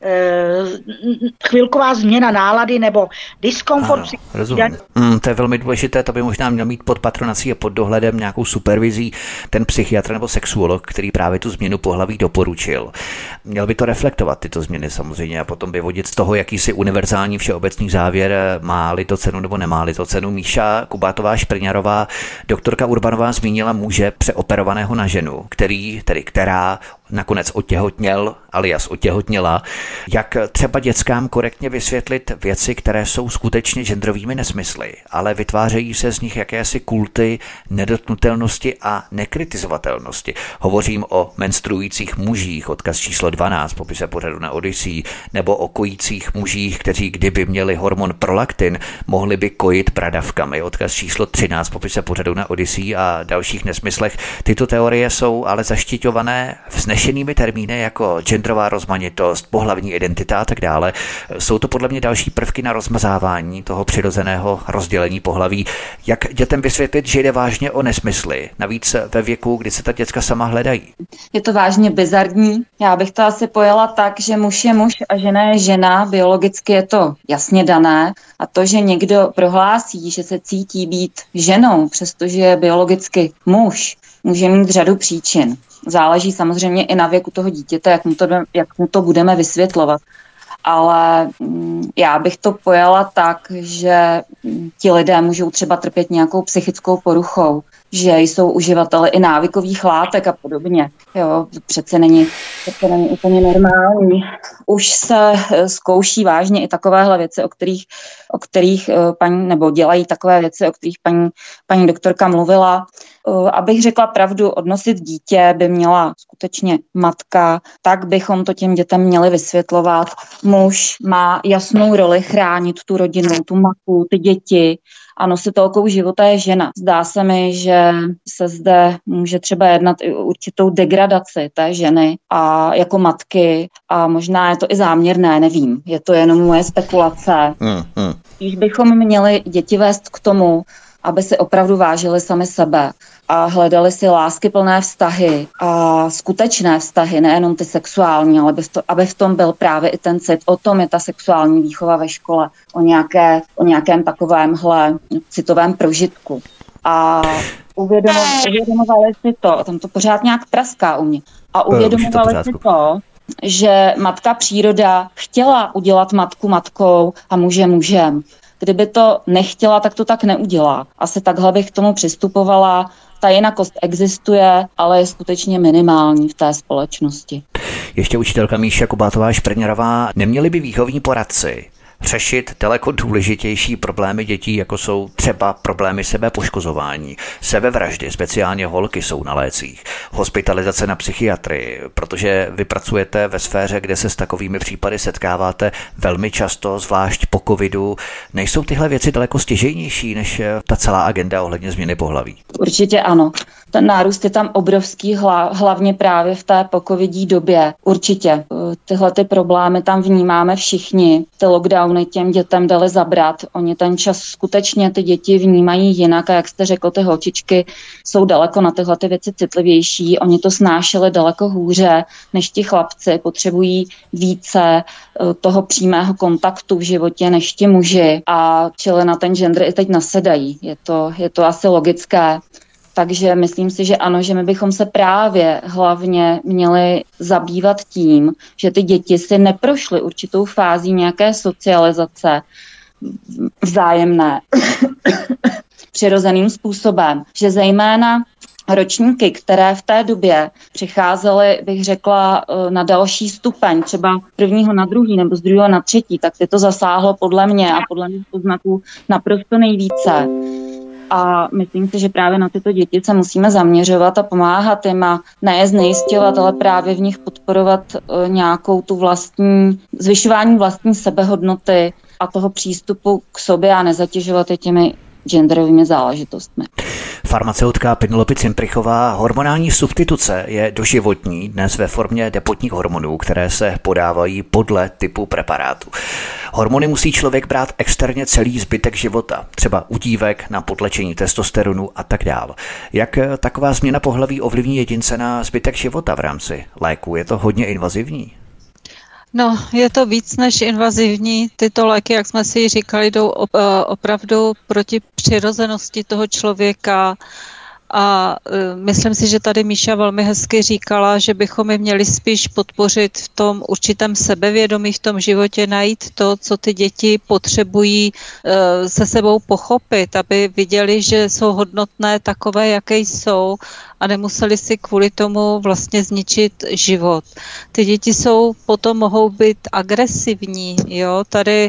Speaker 2: chvilková změna nálady nebo diskomfort.
Speaker 1: Ano, rozumím. Mm, to je velmi důležité, to by možná měl mít pod patronací a pod dohledem nějakou supervizí ten psychiatr nebo sexuolog, který právě tu změnu pohlaví doporučil. Měl by to reflektovat tyto změny samozřejmě a potom vyvodit z toho jakýsi univerzální všeobecný závěr, má-li to cenu nebo nemá-li to cenu. Míša Kubátová Šprňarová, doktorka Urbanová zmínila muže přeoperovaného na ženu, který, tedy která nakonec otěhotněl, alias otěhotněla. Jak třeba dětskám korektně vysvětlit věci, které jsou skutečně genderovými nesmysly, ale vytvářejí se z nich jakési kulty nedotknutelnosti a nekritizovatelnosti. Hovořím o menstruujících mužích, odkaz číslo dvanáct, popise pořadu na Odyssey, nebo o kojících mužích, kteří kdyby měli hormon prolaktin, mohli by kojit bradavkami, odkaz číslo třináct, popise pořadu na Odyssey a dalších nesmyslech. Tyto teorie jsou ale zaštiťované vznešenými termíny jako genderová rozmanitost, pohlavní identita a tak dále. Jsou to podle mě další prvky na rozmazávání toho přirozeného rozdělení pohlaví. Jak dětem vysvětlit, že jde vážně o nesmysly, navíc ve věku, kdy se ta děcka sama hledají?
Speaker 4: Je to vážně bizarní. Já bych to asi pojala tak, že muž je muž a žena je žena. Biologicky je to jasně dané. A to, že někdo prohlásí, že se cítí být ženou, přestože je biologicky muž, může mít řadu příčin. Záleží samozřejmě i na věku toho dítěte, jak mu to, jak mu to budeme vysvětlovat. Ale mm, já bych to pojala tak, že mm, ti lidé můžou třeba trpět nějakou psychickou poruchou, že jsou uživateli i návykových látek a podobně. Jo, přece není, přece není úplně normální. Už se zkouší vážně i takovéhle věci, o kterých, o kterých paní, nebo dělají takové věci, o kterých paní, paní doktorka mluvila. Abych řekla pravdu, odnosit dítě by měla skutečně matka, tak bychom to těm dětem měli vysvětlovat. Muž má jasnou roli chránit tu rodinu, tu matku, ty děti a nositelkou života je žena. Zdá se mi, že se zde může třeba jednat i o určitou degradaci té ženy a jako matky a možná je to i záměrné, nevím. Je to jenom moje spekulace. Mm, mm. Když bychom měli děti vést k tomu, aby si opravdu vážili sami sebe a hledali si láskyplné vztahy a skutečné vztahy, nejenom ty sexuální, ale aby v tom byl právě i ten cit. O tom je ta sexuální výchova ve škole, o, nějaké, o nějakém takovémhle citovém prožitku. A uvědomovali si to, tam to pořád nějak praská u mě, a uvědomovali si to, že matka příroda chtěla udělat matku matkou a muže mužem. Kdyby to nechtěla, tak to tak neudělá. Asi takhle bych k tomu přistupovala. Ta jinakost existuje, ale je skutečně minimální v té společnosti.
Speaker 1: Ještě učitelka Míša Kubátová-Šprňarová, neměli by výchovní poradci řešit daleko důležitější problémy dětí, jako jsou třeba problémy sebepoškozování, sebevraždy, speciálně holky jsou na lécích, hospitalizace na psychiatrii, protože vy pracujete ve sféře, kde se s takovými případy setkáváte velmi často, zvlášť po covidu. Nejsou tyhle věci daleko stěžejnější než ta celá agenda ohledně změny pohlaví?
Speaker 4: Určitě ano. Ten nárůst je tam obrovský, hlavně právě v té pocovidí době. Určitě. Tyhle ty problémy tam vnímáme všichni. Ty lockdowny těm dětem dali zabrat. Oni ten čas skutečně ty děti vnímají jinak a jak jste řekl, ty holčičky jsou daleko na tyhle ty věci citlivější. Oni to snášeli daleko hůře než ti chlapci. Potřebují více toho přímého kontaktu v životě než ti muži a čili na ten gender i teď nasedají. Je to, je to asi logické. Takže myslím si, že ano, že my bychom se právě hlavně měli zabývat tím, že ty děti si neprošly určitou fází nějaké socializace vzájemné přirozeným způsobem, že zejména ročníky, které v té době přicházely, bych řekla, na další stupeň, třeba prvního na druhý nebo z druhého na třetí, tak ty to zasáhlo podle mě a podle mých poznaků naprosto nejvíce. A myslím si, že právě na tyto děti se musíme zaměřovat a pomáhat jim a ne je znejisťovat, ale právě v nich podporovat nějakou tu vlastní, zvyšování vlastní sebehodnoty a toho přístupu k sobě a nezatěžovat je těmi genderovými záležitostmi.
Speaker 1: Farmaceutka Penelope Cimprichová, hormonální substituce je doživotní, dnes ve formě depotních hormonů, které se podávají podle typu preparátu. Hormony musí člověk brát externě celý zbytek života, třeba u dívek na potlačení testosteronu a tak dál. Jak taková změna pohlaví ovlivní jedince na zbytek života v rámci léku? Je to hodně invazivní?
Speaker 3: No, je to víc než invazivní. Tyto léky, jak jsme si říkali, jdou opravdu proti přirozenosti toho člověka. A myslím si, že tady Míša velmi hezky říkala, že bychom je měli spíš podpořit v tom určitém sebevědomí v tom životě, najít to, co ty děti potřebují se sebou pochopit, aby viděli, že jsou hodnotné takové, jaké jsou a nemuseli si kvůli tomu vlastně zničit život. Ty děti jsou, potom mohou být agresivní, jo, tady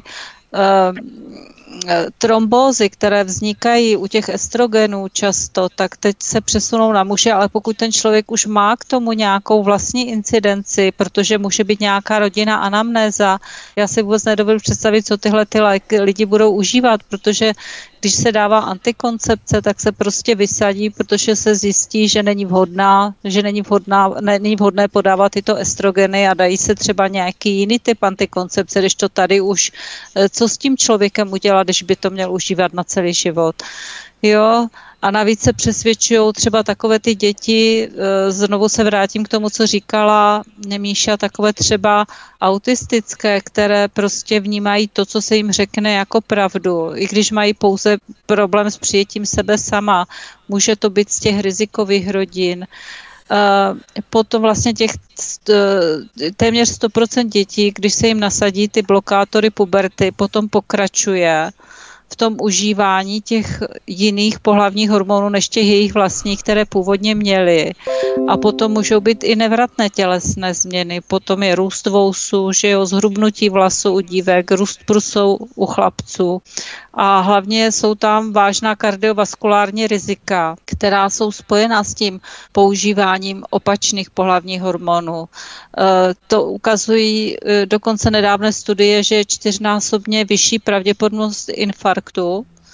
Speaker 3: trombózy, které vznikají u těch estrogenů často, tak teď se přesunou na muže, ale pokud ten člověk už má k tomu nějakou vlastní incidenci, protože může být nějaká rodinná anamnéza, já si vůbec nedovedu představit, co tyhle ty lidi budou užívat, protože když se dává antikoncepce, tak se prostě vysadí, protože se zjistí, že není vhodná, že není vhodná, není vhodné podávat tyto estrogeny a dají se třeba nějaký jiný typ antikoncepce, když to tady už, co s tím člověkem udělat, když by to měl užívat na celý život. Jo, a navíc se přesvědčují třeba takové ty děti, znovu se vrátím k tomu, co říkala Míša, takové třeba autistické, které prostě vnímají to, co se jim řekne jako pravdu, i když mají pouze problém s přijetím sebe sama. Může to být z těch rizikových rodin. Potom vlastně těch téměř sto procent dětí, když se jim nasadí ty blokátory puberty, potom pokračuje v tom užívání těch jiných pohlavních hormonů než těch jejich vlastních, které původně měly. A potom můžou být i nevratné tělesné změny. Potom je růst vousů, že jo, zhrubnutí vlasů u dívek, růst prusou u chlapců. A hlavně jsou tam vážná kardiovaskulární rizika, která jsou spojená s tím používáním opačných pohlavních hormonů. To ukazují dokonce nedávné studie, že je čtyřnásobně vyšší pravděpodobnost infarktu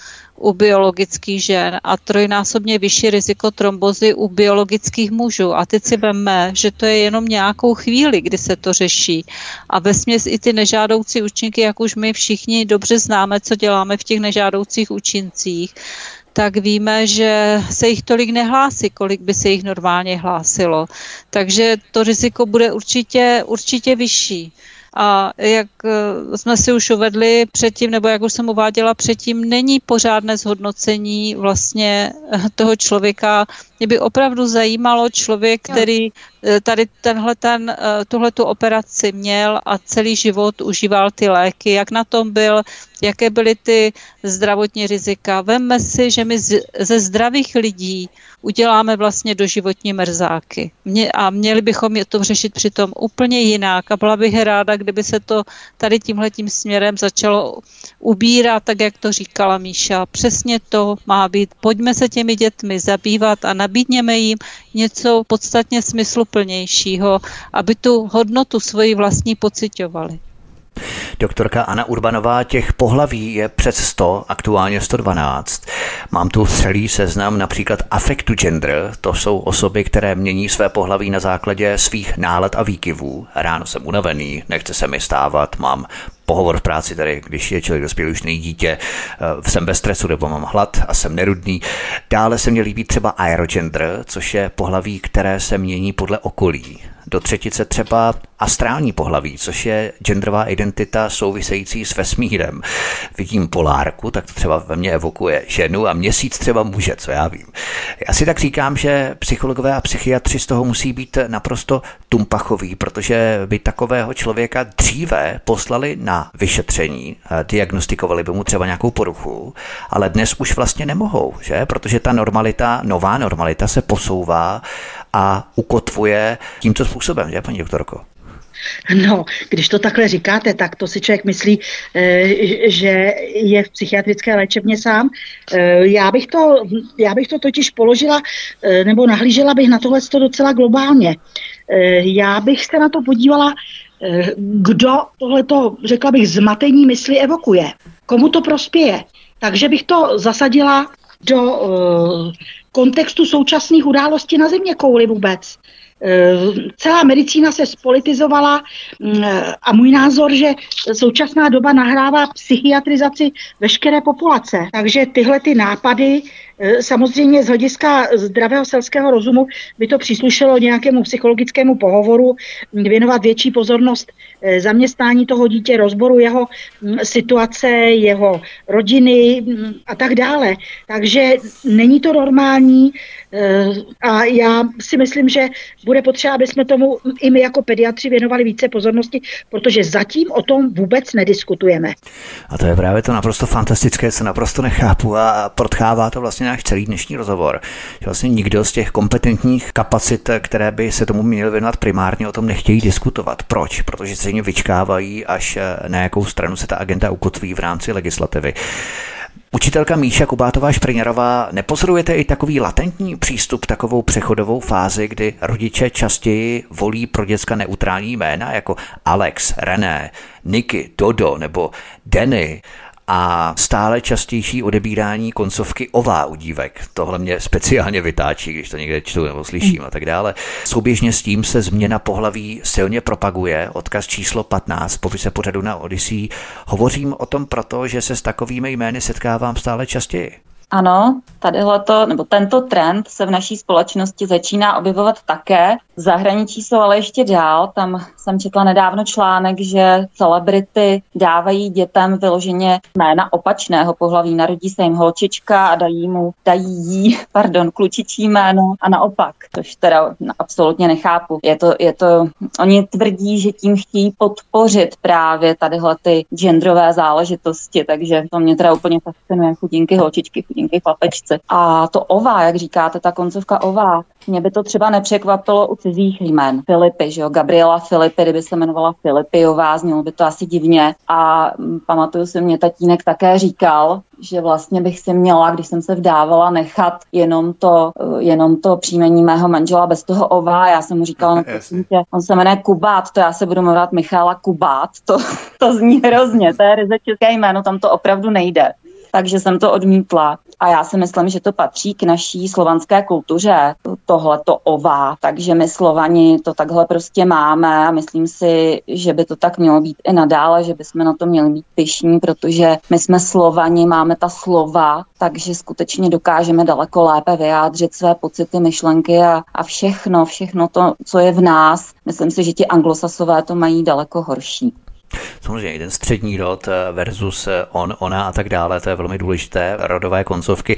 Speaker 3: u biologických žen a trojnásobně vyšší riziko trombozy u biologických mužů. A teď si vemme, že to je jenom nějakou chvíli, kdy se to řeší. A vesměs i ty nežádoucí účinky, jak už my všichni dobře známe, co děláme v těch nežádoucích účincích, tak víme, že se jich tolik nehlásí, kolik by se jich normálně hlásilo. Takže to riziko bude určitě, určitě vyšší. A jak jsme si už uvedli předtím, nebo jak už jsem uváděla předtím, není pořádné zhodnocení vlastně toho člověka. Mě by opravdu zajímalo člověk, který tady tenhle ten, tuhletu operaci měl a celý život užíval ty léky, jak na tom byl, jaké byly ty zdravotní rizika. Vemme si, že my ze zdravých lidí uděláme vlastně doživotní mrzáky. Mě, a měli bychom to řešit přitom úplně jinak. A byla bych ráda, kdyby se to tady tímhletím směrem začalo ubírat, tak jak to říkala Míša. Přesně to má být. Pojďme se těmi dětmi zabývat a nabídněme jim něco podstatně smysluplnějšího, aby tu hodnotu svoji vlastní pociťovali.
Speaker 1: Doktorka Anna Urbanová, těch pohlaví je přes sto, aktuálně sto dvanáct. Mám tu celý seznam například affectu gender, to jsou osoby, které mění své pohlaví na základě svých nálad a výkyvů. Ráno jsem unavený, nechce se mi stávat, mám pohovor v práci tady, když je člověk dospělý, už není dítě, jsem bez stresu nebo mám hlad a jsem nerudný. Dále se mně líbí třeba aerogender, což je pohlaví, které se mění podle okolí. Do třetice třeba astrální pohlaví, což je genderová identita související s vesmírem. Vidím polárku, tak to třeba ve mně evokuje ženu a měsíc třeba muže, co já vím. Já si tak říkám, že psychologové a psychiatři z toho musí být naprosto tumpachoví, protože by takového člověka dříve poslali na vyšetření, diagnostikovali by mu třeba nějakou poruchu, ale dnes už vlastně nemohou, že? Protože ta normalita, nová normalita se posouvá a ukotvuje tímto způsobem, že, paní doktorko?
Speaker 2: No, když to takhle říkáte, tak to si člověk myslí, že je v psychiatrické léčebně sám. Já bych to, já bych to totiž položila, nebo nahlížela bych na tohle docela globálně. Já bych se na to podívala, kdo tohleto, řekla bych, zmatení mysli evokuje. Komu to prospěje. Takže bych to zasadila do uh, kontextu současných událostí na zeměkouli vůbec. Uh, celá medicína se spolitizovala uh, a můj názor, že současná doba nahrává psychiatrizaci veškeré populace. Takže tyhle ty nápady, uh, samozřejmě z hlediska zdravého selského rozumu by to příslušelo nějakému psychologickému pohovoru, věnovat větší pozornost uh, zaměstnání toho dítě, rozboru jeho um, situace, jeho rodiny um, a tak dále. Takže není to normální uh, a já si myslím, že bude potřeba, aby jsme tomu i my jako pediatři věnovali více pozornosti, protože zatím o tom vůbec nediskutujeme.
Speaker 1: A to je právě to naprosto fantastické, co naprosto nechápu a protchává to vlastně náš celý dnešní rozhovor. Že vlastně nikdo z těch kompetentních kapacit, které by se tomu měly věnovat primárně, o tom nechtějí diskutovat. Proč? Protože se jim vyčkávají, až na jakou stranu se ta agenda ukotví v rámci legislativy. Učitelka Míša Kubátová-Špriňarová, nepozorujete i takový latentní přístup, takovou přechodovou fázi, kdy rodiče častěji volí pro děcka neutrální jména jako Alex, René, Niky, Dodo nebo Denny a stále častější odebírání koncovky ová u dívek. Tohle mě speciálně vytáčí, když to někde čtu nebo slyším a tak dále. Souběžně s tím se změna pohlaví silně propaguje. Odkaz číslo patnáct, popise pořadu na Odyssey. Hovořím o tom proto, že se s takovými jmény setkávám stále častěji.
Speaker 4: Ano, tadyhleto, nebo tento trend se v naší společnosti začíná objevovat také. V zahraničí jsou ale ještě dál. Tam jsem četla nedávno článek, že celebrity dávají dětem vyloženě jména opačného pohlaví. Narodí se jim holčička a dají mu, dají jí, pardon, klučičí jméno a naopak. Což teda absolutně nechápu. Je to, je to, oni tvrdí, že tím chtějí podpořit právě tadyhle ty genderové záležitosti, takže to mě teda úplně fascinuje. Chudinky holčičky, chudinky chlapečci. A to ová, jak říkáte, ta koncovka ová, mě by to třeba nepřekvapilo u cizích jmen. Filipy, že jo, Gabriela Filipy, kdyby se jmenovala Filipyová, znělo by to asi divně. A m, pamatuju si, mě tatínek také říkal, že vlastně bych si měla, když jsem se vdávala, nechat jenom to, jenom to příjmení mého manžela bez toho ová. Já jsem mu říkala, no, prosím tě, on se jmenuje Kubát, to já se budu jmenovat Michála Kubát. To, to zní hrozně, to je ryze české jméno, tam to opravdu nejde. takže jsem to odmítla. A já si myslím, že to patří k naší slovanské kultuře, tohleto ova, takže my Slovani to takhle prostě máme a myslím si, že by to tak mělo být i nadále, že bychom na to měli být pyšní, protože my jsme Slovani, máme ta slova, takže skutečně dokážeme daleko lépe vyjádřit své pocity, myšlenky a, a všechno, všechno to, co je v nás. Myslím si, že ti anglosasové to mají daleko horší.
Speaker 1: Samozřejmě ten střední rod versus on, ona a tak dále, to je velmi důležité, rodové koncovky.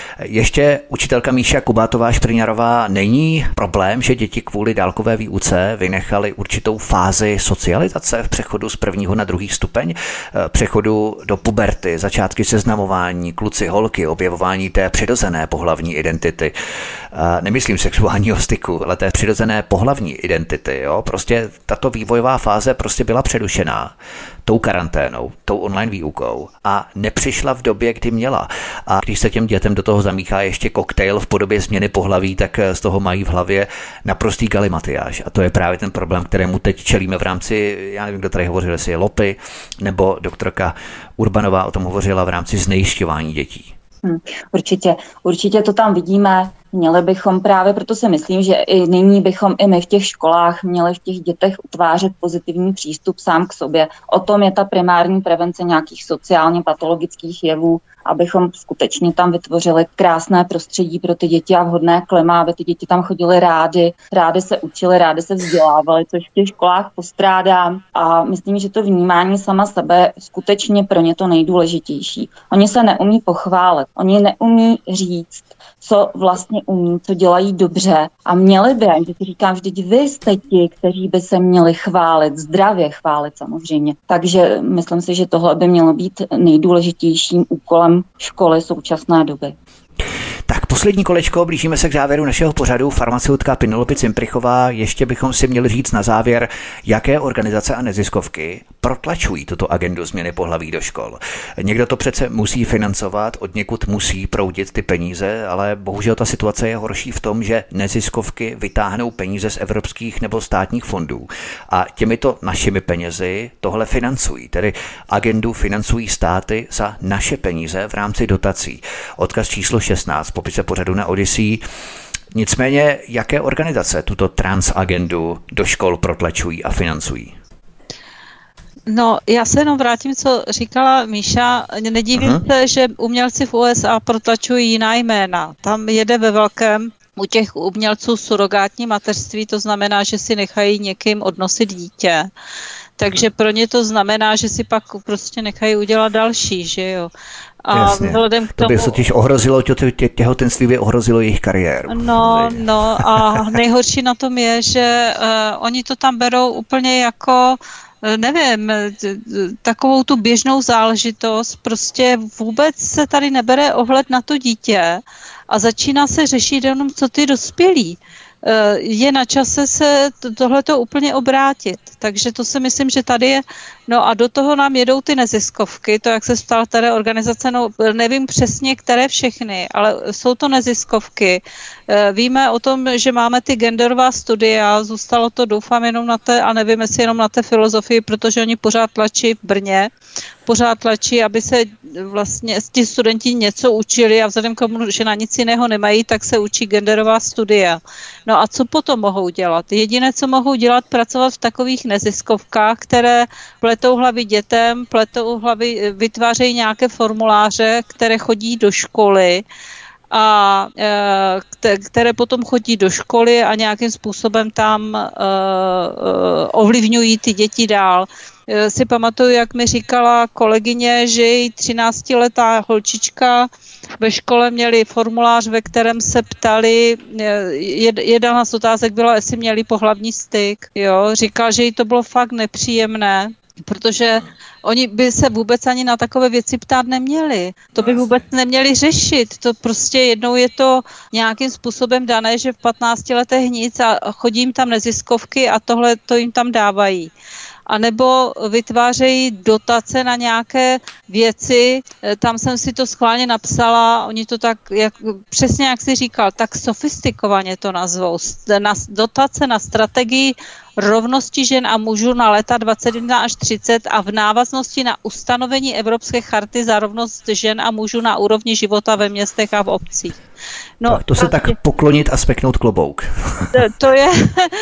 Speaker 1: Ještě učitelka Míša Kubátová Špriňarová, není problém, že děti kvůli dálkové výuce vynechaly určitou fázi socializace v přechodu z prvního na druhý stupeň, přechodu do puberty, začátky seznamování, kluci, holky, objevování té přirozené pohlavní identity. Nemyslím sexuálního styku, ale té přirozené pohlavní identity. Jo? Prostě tato vývojová fáze prostě byla přerušená tou karanténou, tou online výukou a nepřišla v době, kdy měla. A když se těm dětem do toho zamíchá ještě koktejl v podobě změny pohlaví, tak z toho mají v hlavě naprostý galimatiáž. A to je právě ten problém, kterému teď čelíme v rámci, já nevím, kdo tady hovořil, jestli je Lopy, nebo doktorka Urbanová o tom hovořila v rámci znejišťování dětí.
Speaker 4: Hmm, určitě, určitě to tam vidíme. Měli bychom právě, proto si myslím, že i nyní bychom i my v těch školách měli v těch dětech utvářet pozitivní přístup sám k sobě. O tom je ta primární prevence nějakých sociálně patologických jevů, abychom skutečně tam vytvořili krásné prostředí pro ty děti a vhodné klima, aby ty děti tam chodily rády, rády se učily, rády se vzdělávaly, což v těch školách postrádám. A myslím, že to vnímání sama sebe skutečně pro ně to nejdůležitější. Oni se neumí pochválit, oni neumí říct, co vlastně umí, co dělají dobře a měli by, že si říkám, vždyť vy jste ti, kteří by se měli chválit, zdravě chválit samozřejmě. Takže myslím si, že tohle by mělo být nejdůležitějším úkolem školy současné doby.
Speaker 1: Tak poslední kolečko, blížíme se k závěru našeho pořadu. Farmaceutka Penelope Cimprichová, ještě bychom si měli říct na závěr, jaké organizace a neziskovky protlačují tuto agendu změny pohlaví do škol. Někdo to přece musí financovat, odněkud musí proudit ty peníze, ale bohužel ta situace je horší v tom, že neziskovky vytáhnou peníze z evropských nebo státních fondů a těmito našimi penězi tohle financují, tedy agendu financují státy za naše peníze v rámci dotací. Odkaz číslo šestnáct, popise pořadu na Odyssey. Nicméně, jaké organizace tuto transagendu do škol protlačují a financují?
Speaker 3: No, já se jenom vrátím, co říkala Míša. Nedívím uh-huh. se, že umělci v U S A protlačují jiná jména. Tam jede ve velkém u těch umělců surogátní mateřství, to znamená, že si nechají někým odnosit dítě. Takže pro ně to znamená, že si pak prostě nechají udělat další, že jo. A
Speaker 1: jasně. Vzhledem k tomu, to by se totiž ohrozilo, tě, tě, těhotenství by ohrozilo jejich kariéru.
Speaker 3: No, no a nejhorší na tom je, že uh, oni to tam berou úplně jako, nevím, takovou tu běžnou záležitost, prostě vůbec se tady nebere ohled na to dítě a začíná se řešit jenom, co ty dospělí. Je na čase se tohleto úplně obrátit. Takže to si myslím, že tady je. No a do toho nám jedou ty neziskovky, to jak se stala tady organizace, no nevím přesně, které všechny, ale jsou to neziskovky. Víme o tom, že máme ty genderová studia, zůstalo to doufám jenom na té, a nevím jestli jenom na té filozofii, protože oni pořád tlačí v Brně, pořád tlačí, aby se vlastně ti studenti něco učili a vzhledem k tomu, že na nic jiného nemají, tak se učí genderová studia. No a co potom mohou dělat? Jediné, co mohou dělat, pracovat v takových neziskovkách, které pletou hlavy dětem, pletou hlavy, vytvářejí nějaké formuláře, které chodí do školy a které potom chodí do školy a nějakým způsobem tam ovlivňují ty děti dál. Si pamatuju, jak mi říkala kolegyně, že její třináctiletá holčička ve škole měli formulář, ve kterém se ptali, jedna z otázek byla, jestli měli pohlavní styk. Jo, říkal, že jí to bylo fakt nepříjemné, protože oni by se vůbec ani na takové věci ptát neměli. To by vůbec neměli řešit. To prostě jednou je to nějakým způsobem dané, že v patnácti letech nic a chodí jim tam neziskovky a tohle to jim tam dávají. anebo vytvářejí dotace na nějaké věci. Tam jsem si to schválně napsala, oni to tak, jak, přesně jak jsi říkal, tak sofistikovaně to nazvou. Na, dotace na strategii rovnosti žen a mužů na léta dvacet jedna až třicet a v návaznosti na ustanovení Evropské charty za rovnost žen a mužů na úrovni života ve městech a v obcích.
Speaker 1: No, tak to se prostě, tak poklonit a speknout klobouk.
Speaker 3: To, to, je,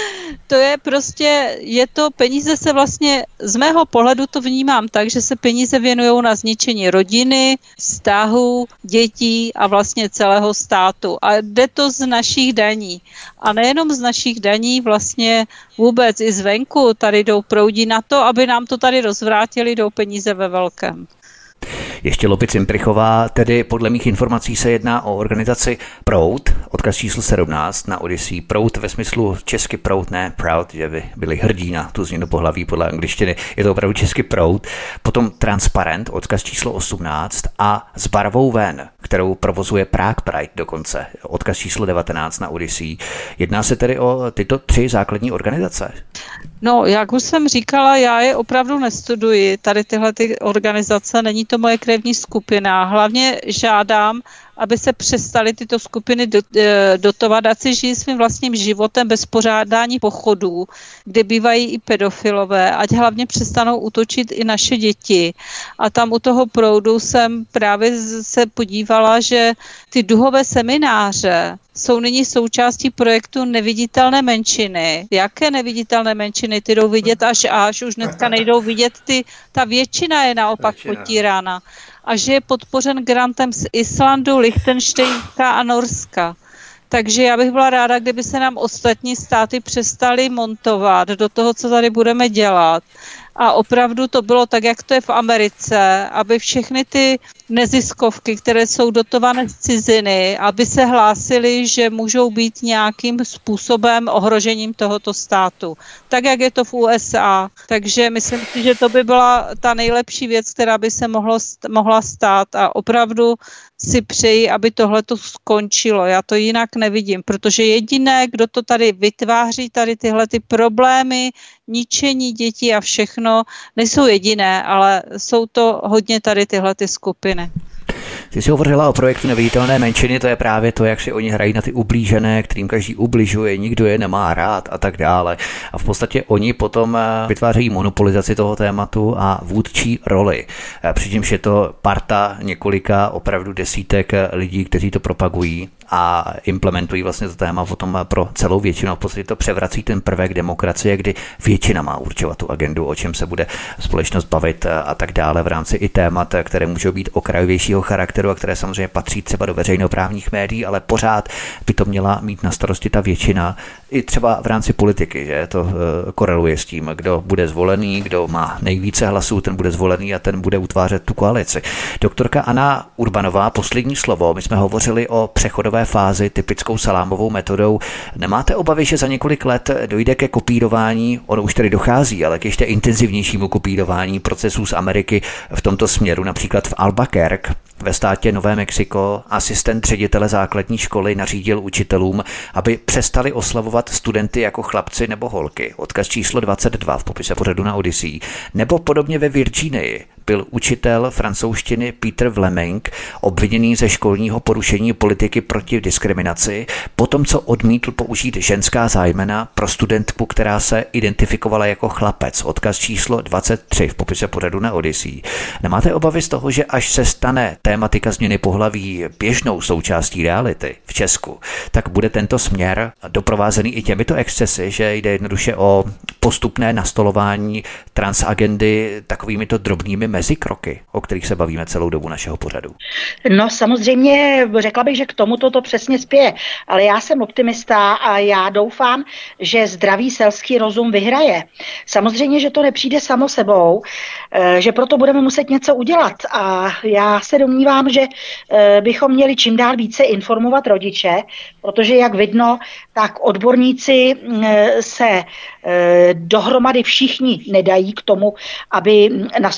Speaker 3: to je prostě, je to, peníze se vlastně, z mého pohledu to vnímám tak, že se peníze věnují na zničení rodiny, vztahů, dětí a vlastně celého státu. A jde to z našich daní. A nejenom z našich daní, vlastně vůbec i zvenku tady jdou proudí na to, aby nám to tady rozvrátili, jdou peníze ve velkém.
Speaker 1: Ještě Lopy Cimprichová, tedy podle mých informací se jedná o organizaci Proud, odkaz číslo sedmnáct na Odyssey. Proud ve smyslu česky proud, ne proud, že by byli hrdí na tu změnu pohlaví podle angličtiny, je to opravdu česky Proud. Potom Transparent, odkaz číslo osmnáct a S barvou ven, kterou provozuje Prague Pride dokonce, odkaz číslo devatenáct na Odyssey. Jedná se tedy o tyto tři základní organizace?
Speaker 3: No, jak už jsem říkala, já je opravdu nestuduji, tady tyhle ty organizace, není to moje krevní skupina. Hlavně žádám, aby se přestaly tyto skupiny dotovat, ať si žijí svým vlastním životem bez pořádání pochodů, kde bývají i pedofilové, ať hlavně přestanou útočit i naše děti. A tam u toho Proudu jsem právě se podívala, že ty duhové semináře jsou nyní součástí projektu Neviditelné menšiny. Jaké neviditelné menšiny? Ty jdou vidět až až, už dneska nejdou vidět, ty, ta většina je naopak většina. Potírána. A že je podpořen grantem z Islandu, Lichtenštejnska a Norska. Takže já bych byla ráda, kdyby se nám ostatní státy přestaly montovat do toho, co tady budeme dělat. A opravdu to bylo tak, jak to je v Americe, aby všechny ty neziskovky, které jsou dotované z ciziny, aby se hlásily, že můžou být nějakým způsobem ohrožením tohoto státu. Tak, jak je to v U S A. Takže myslím si, že to by byla ta nejlepší věc, která by se mohlo, mohla stát a opravdu si přeji, aby tohle to skončilo. Já to jinak nevidím, protože jediné, kdo to tady vytváří, tady tyhle ty problémy, ničení dětí a všechno, nejsou jediné, ale jsou to hodně tady tyhle ty skupiny.
Speaker 1: Ty jsi hovořila o projektu Neviditelné menšiny, to je právě to, jak si oni hrají na ty ublížené, kterým každý ubližuje, nikdo je nemá rád a tak dále. A v podstatě oni potom vytvářejí monopolizaci toho tématu a vůdčí roli. Přičemž je to parta několika opravdu desítek lidí, kteří to propagují a implementují vlastně to téma potom pro celou většinu. V podstatě to převrací ten prvek demokracie, kdy většina má určovat tu agendu, o čem se bude společnost bavit a tak dále v rámci i témat, které můžou být okrajovějšího charakteru a které samozřejmě patří třeba do veřejnoprávních médií, ale pořád by to měla mít na starosti ta většina, i třeba v rámci politiky, že to uh, koreluje s tím, kdo bude zvolený, kdo má nejvíce hlasů, ten bude zvolený a ten bude utvářet tu koalici. Doktorka Anna Urbanová, poslední slovo. My jsme hovořili o přechodové fázi typickou salámovou metodou. Nemáte obavy, že za několik let dojde ke kopírování, ono už tady dochází, ale k ještě intenzivnějšímu kopírování procesů z Ameriky v tomto směru, například v Albuquerque ve státě Nové Mexiko asistent ředitele základní školy nařídil učitelům, aby přestali oslavovat studenty jako chlapci nebo holky. Odkaz číslo dvacet dva v popise pořadu na Odyssey. Nebo podobně ve Virginii byl učitel francouzštiny Peter Vleming obviněný ze školního porušení politiky proti diskriminaci, potom co odmítl použít ženská zájmena pro studentku, která se identifikovala jako chlapec. Odkaz číslo dvacet tři v popise pořadu na Odyssey. Nemáte obavy z toho, že až se stane tématika změny pohlaví běžnou součástí reality v Česku, tak bude tento směr doprovázený i těmito excesy, že jde jednoduše o postupné nastolování transagendy takovýmito drobnými mezikroky, o kterých se bavíme celou dobu našeho pořadu?
Speaker 2: No samozřejmě řekla bych, že k tomu to přesně spěje, ale já jsem optimista a já doufám, že zdravý selský rozum vyhraje. Samozřejmě, že to nepřijde samo sebou, že proto budeme muset něco udělat a já se domnívám, že bychom měli čím dál více informovat rodiče, protože jak vidno, tak odborníci se dohromady všichni nedají k tomu, aby nastolili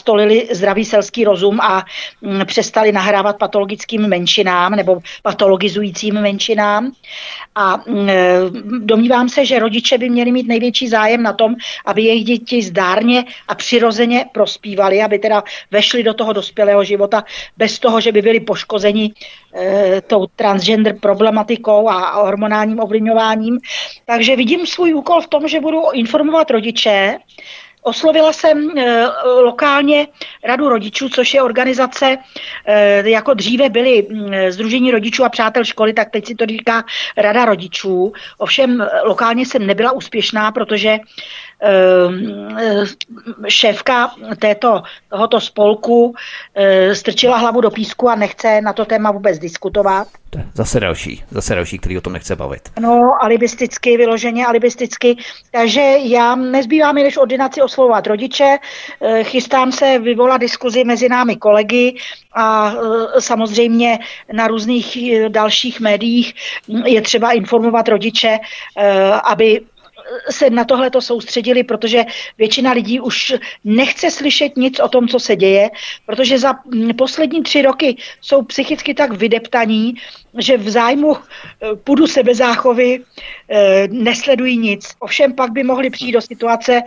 Speaker 2: zdravý selský rozum a přestali nahrávat patologickým menšinám nebo patologizujícím menšinám. A domnívám se, že rodiče by měli mít největší zájem na tom, aby jejich děti zdárně a přirozeně prospívali, aby teda vešli do toho dospělého života bez toho, že by byli poškozeni e, tou transgender problematikou a hormonálním ovlivňováním. Takže vidím svůj úkol v tom, že budu informovat rodiče. Oslovila jsem e, lokálně Radu rodičů, což je organizace, e, jako dříve byly e, Sdružení rodičů a přátel školy, tak teď si to říká Rada rodičů. Ovšem lokálně jsem nebyla úspěšná, protože šéfka této, tohoto spolku strčila hlavu do písku a nechce na to téma vůbec diskutovat.
Speaker 1: Zase další, zase další, který o tom nechce bavit.
Speaker 2: No, alibisticky, vyloženě alibisticky. Takže já nezbývá mi než ordinaci oslovovat rodiče, chystám se vyvolat diskuzi mezi námi kolegy a samozřejmě na různých dalších médiích je třeba informovat rodiče, aby se na tohle to soustředili, protože většina lidí už nechce slyšet nic o tom, co se děje, protože za poslední tři roky jsou psychicky tak vydeptaní, že v zájmu půdu sebezáchovy nesledují nic. Ovšem pak by mohli přijít do situace,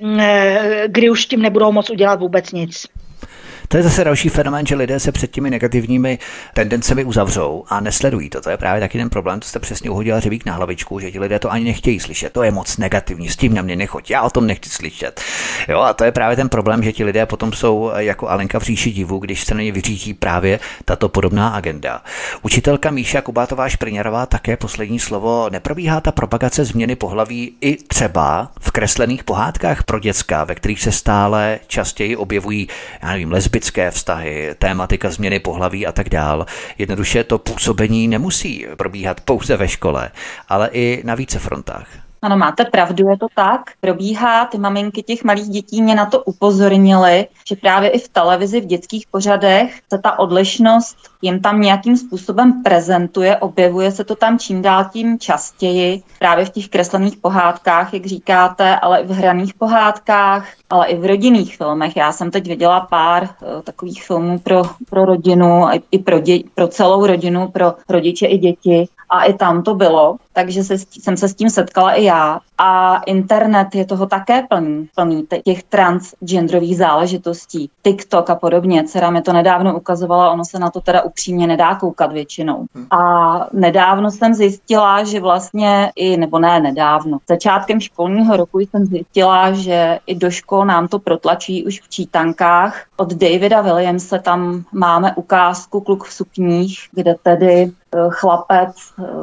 Speaker 2: kdy už tím nebudou moc udělat vůbec nic.
Speaker 1: To je zase další fenomén, že lidé se před těmi negativními tendencemi uzavřou a nesledují to. To je právě taky ten problém, to jste přesně uhodila hřebík na hlavičku, že ti lidé to ani nechtějí slyšet. To je moc negativní, s tím na mě nechoď, já o tom nechci slyšet. Jo, a to je právě ten problém, že ti lidé potom jsou jako Alenka v říši divu, když se na ně vyřídí právě tato podobná agenda. Učitelka Míša Kubátová-Špriňarová také poslední slovo. Neprobíhá ta propagace změny pohlaví i třeba v kreslených pohádkách pro děcka, ve kterých se stále častěji objevují, já nevím, lesbické vztahy, tématika změny pohlaví a tak dál. Jednoduše to působení nemusí probíhat pouze ve škole, ale i na více frontách.
Speaker 4: Ano, máte pravdu, je to tak. Probíhá, ty maminky těch malých dětí mě na to upozornily, že právě i v televizi, v dětských pořadech se ta odlišnost jim tam nějakým způsobem prezentuje, objevuje se to tam čím dál tím častěji, právě v těch kreslených pohádkách, jak říkáte, ale i v hraných pohádkách, ale i v rodinných filmech. Já jsem teď viděla pár uh, takových filmů pro, pro rodinu, i, i pro, dě, pro celou rodinu, pro rodiče i děti. A i tam to bylo, takže se, jsem se s tím setkala i já. A internet je toho také plný, plný těch transgenderových záležitostí. TikTok a podobně. Dcera mi to nedávno ukazovala, ono se na to teda upřímně nedá koukat většinou. A nedávno jsem zjistila, že vlastně i, nebo ne nedávno, začátkem školního roku jsem zjistila, že i do škol nám to protlačí už v čítankách. Od Davida Williamse tam máme ukázku Kluk v sukních, kde tedy chlapec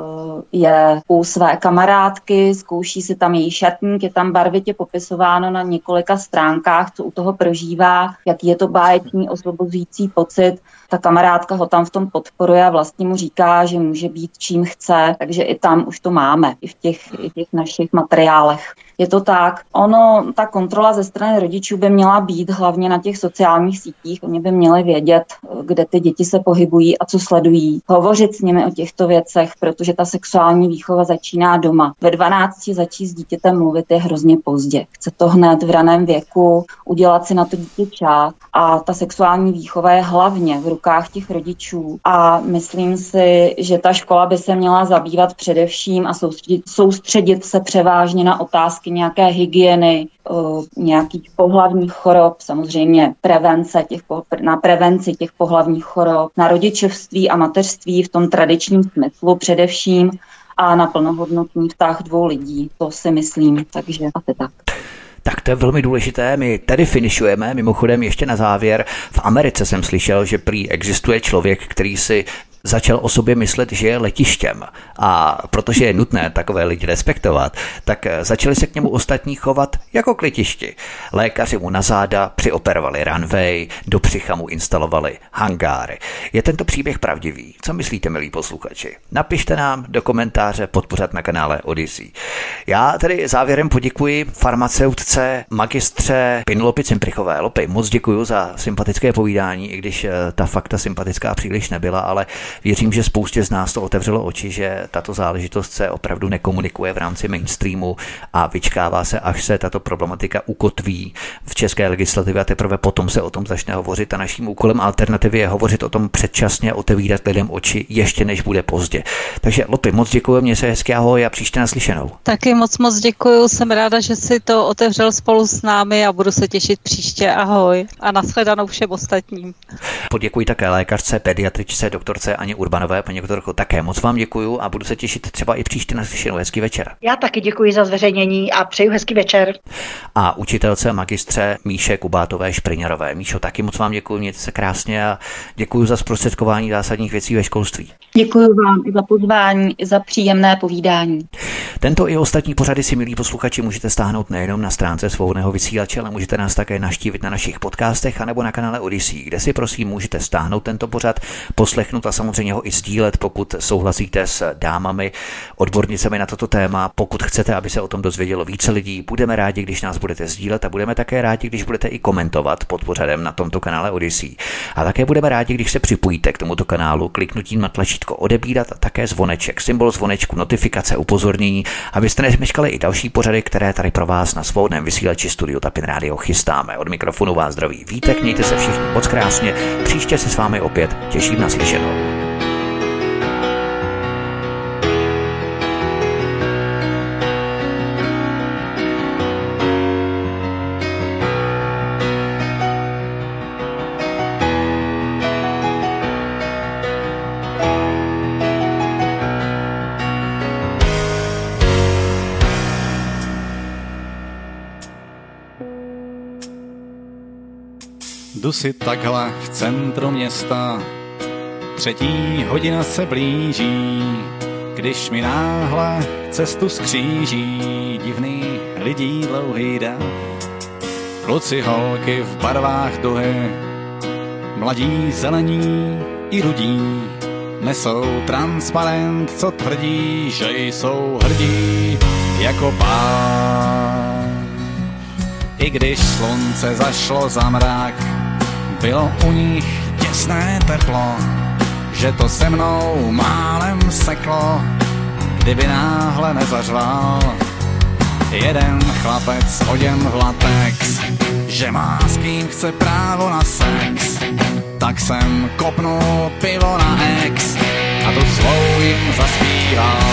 Speaker 4: je u své kamarádky, zkouší si tam její šatník, je tam barvitě popisováno na několika stránkách, co u toho prožívá, jaký je to báječný, osvobozující pocit. Ta kamarádka ho tam v tom podporuje a vlastně mu říká, že může být čím chce, takže i tam už to máme, i v těch, i těch našich materiálech. Je to tak. Ono, ta kontrola ze strany rodičů by měla být hlavně na těch sociálních sítích. Oni by měli vědět, kde ty děti se pohybují a co sledují. Hovořit s nimi o těchto věcech, protože ta sexuální výchova začíná doma. Ve dvanácti začít s dítětem mluvit je hrozně pozdě. Chce to hned v raném věku, udělat si na to dítě čas a ta sexuální výchova je hlavně v rukách těch rodičů. A myslím si, že ta škola by se měla zabývat především a soustředit, soustředit se převážně na otázky nějaké hygieny, nějakých pohlavních chorob, samozřejmě prevence těch, na prevenci těch pohlavních chorob, na rodičovství a mateřství v tom tradičním smyslu především a na plnohodnotný vztah dvou lidí. To si myslím, takže asi tak.
Speaker 1: Tak to je velmi důležité, my tady finišujeme, mimochodem ještě na závěr. V Americe jsem slyšel, že prý existuje člověk, který si začal o sobě myslet, že je letištěm. A protože je nutné takové lidi respektovat, tak začali se k němu ostatní chovat jako k letišti. Lékaři mu na záda přioperovali runway, do břicha mu instalovali hangáry. Je tento příběh pravdivý? Co myslíte, milí posluchači? Napište nám do komentáře pod pořad na kanále Odyssey. Já tedy závěrem poděkuji farmaceutce, magistře Penelope Cimprichové. Lopi, moc děkuji za sympatické povídání, i když ta fakta sympatická příliš nebyla, ale věřím, že spoustě z nás to otevřelo oči, že tato záležitost se opravdu nekomunikuje v rámci mainstreamu a vyčkává se, až se tato problematika ukotví v české legislativě a teprve potom se o tom začne hovořit a naším úkolem alternativy je hovořit o tom předčasně, otevírat lidem oči ještě než bude pozdě. Takže Lopi, moc děkuji, mě se hezky, ahoj a příště naslyšenou.
Speaker 3: Taky moc moc děkuji, jsem ráda, že si to otevřel spolu s námi a budu se těšit příště, ahoj a nashledanou všem ostatním.
Speaker 1: Poděkuji také lékařce, pediatričce, doktorce Aně Urbanové. Paní doktorko, také moc vám děkuji a budu se těšit třeba i příště naslyšenou. Hezký večer.
Speaker 2: Já taky děkuji za zveřejnění a přeju hezký večer.
Speaker 1: A učitelce a magistře Míše Kubátové Špriňarové. Míšo, taky moc vám děkuji, mějte se krásně a děkuji za zprostředkování zásadních věcí ve školství.
Speaker 4: Děkuji vám i za pozvání, i za příjemné povídání.
Speaker 1: Tento i ostatní pořady si, milí posluchači, můžete stáhnout nejenom na stránce Svobodného vysílače, ale můžete nás také navštívit na našich podcastech anebo na kanále Odyssey, kde si prosím můžete stáhnout tento pořad, poslechnout a samozřejmě ho i sdílet, pokud souhlasíte s dámami, odbornicemi na toto téma. Pokud chcete, aby se o tom dozvědělo více lidí, budeme rádi, když nás budete sdílet a budeme také rádi, když budete i komentovat pod pořadem na tomto kanále Odyssey. A také budeme rádi, když se připojíte k tomuto kanálu kliknutím na tlačítko odebírat a také zvoneček, symbol zvonečku, notifikace, upozornění, abyste nezmeškali i další pořady, které tady pro vás na Svobodném vysílači Studiu Tapin Radio chystáme. Od mikrofonu vás zdraví Vítek, mějte se všichni moc krásně, příště se s vámi opět těším na slyšenou.
Speaker 5: Jdu si takhle v centru města, třetí hodina se blíží, když mi náhle cestu skříží divný lidí dlouhý dav. Kluci, holky v barvách duhy, mladí, zelení i rudí, nesou transparent, co tvrdí, že jsou hrdí jako pán. I když slunce zašlo za mrak, bylo u nich těsné teplo, že to se mnou málem seklo, kdyby náhle nezařval jeden chlapec oděn v latex, že má s kým chce právo na sex. Tak jsem kopnul pivo na ex a tu svou jim zaspíval.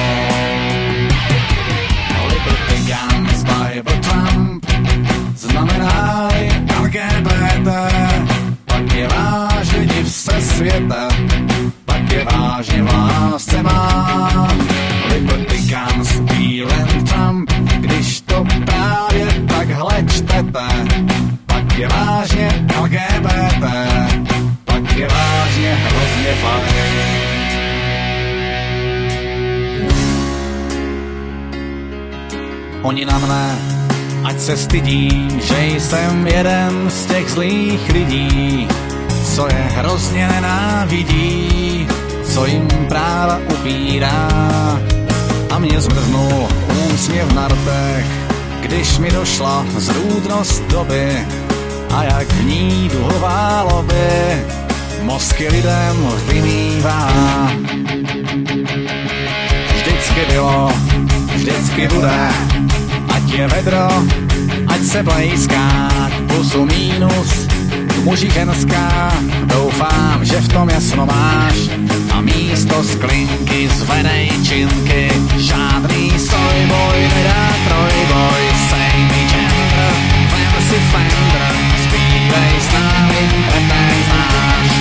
Speaker 5: Liberty Guns, Bible Trump znamená-li L G B T, pak je vážně div se světa, pak je vážně v lásce mám. Liberty Guns, Bill Trump, když to právě takhle čtete, pak je vážně L G B T, pak je vážně hrozně fajn. Oni na mne, ať se stydím, že jsem jeden z těch zlých lidí, co je hrozně nenávidí, co jim práva upírá. A mě zmrznul úsměv na rtech, když mi došla zrůdnost doby a jak v ní duhová lobby mozky lidem vymývá. Vždycky bylo, vždycky bude, ať je vedro, ať se blejská, plusu mínus, muži ženská, doufám, že v tom jasno máš. A místo sklinky zvedej činky, žádný sojboj nedá trojboj, sej mi gender, vem si Fender, zpívej s námi, refrén znáš.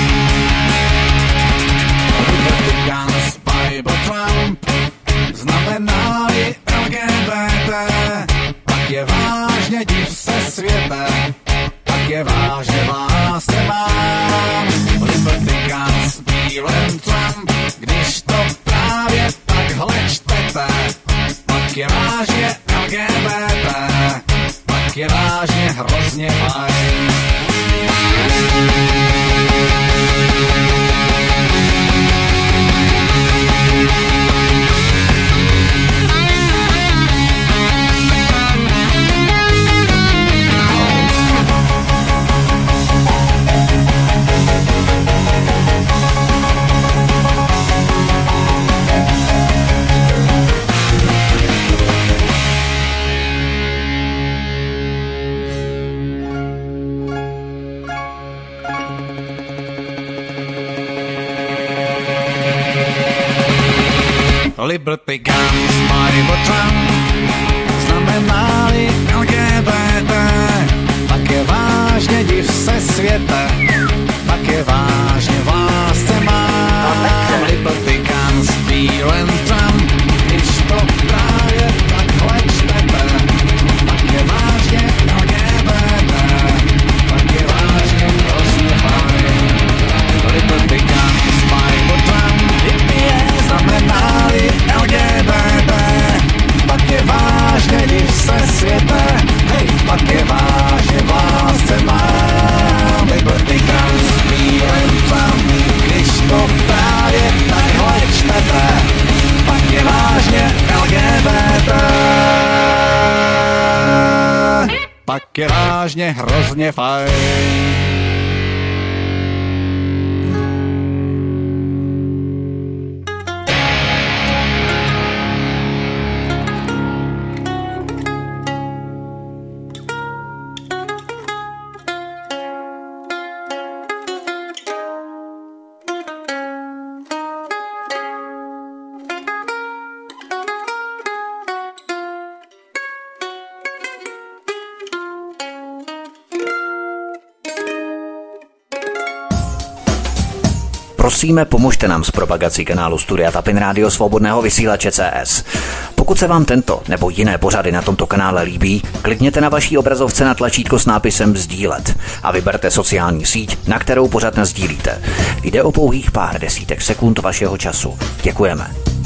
Speaker 5: Liberty Guns, Bible Trump, znamená-li L G B T, pak je vážně div se světa, pak je vážně lásce mám. Liberty Guns, Bill Trump, když to právě takhle čtete, pak je vážně L G B T, pak je vážně hrozně fajn. Liberty Guns, Bible Trump, znamená-li L G B T, pak je vážně div se světe, pak je vážně v lásce mám. Liberty Guns, Bill and Trump, když to právě takhle čtete, pak je vážně L G B T, pak je vážně hrozně fajn. Liberty Guns, Bible Trump, znamená-li L G B T, pak je vážně div se světe, hej, pak je vážně v lásce mám. Liberty Guns, Bill Trump, když to právě takhle čtete, pak je vážně L G B T, pak je vážně hrozně fajn.
Speaker 1: Prosíme, pomožte nám s propagací kanálu Studia Tapin Rádio Svobodného vysílače C S. Pokud se vám tento nebo jiné pořady na tomto kanále líbí, klikněte na vaší obrazovce na tlačítko s nápisem sdílet a vyberte sociální síť, na kterou pořad nasdílíte. Jde o pouhých pár desítek sekund vašeho času. Děkujeme.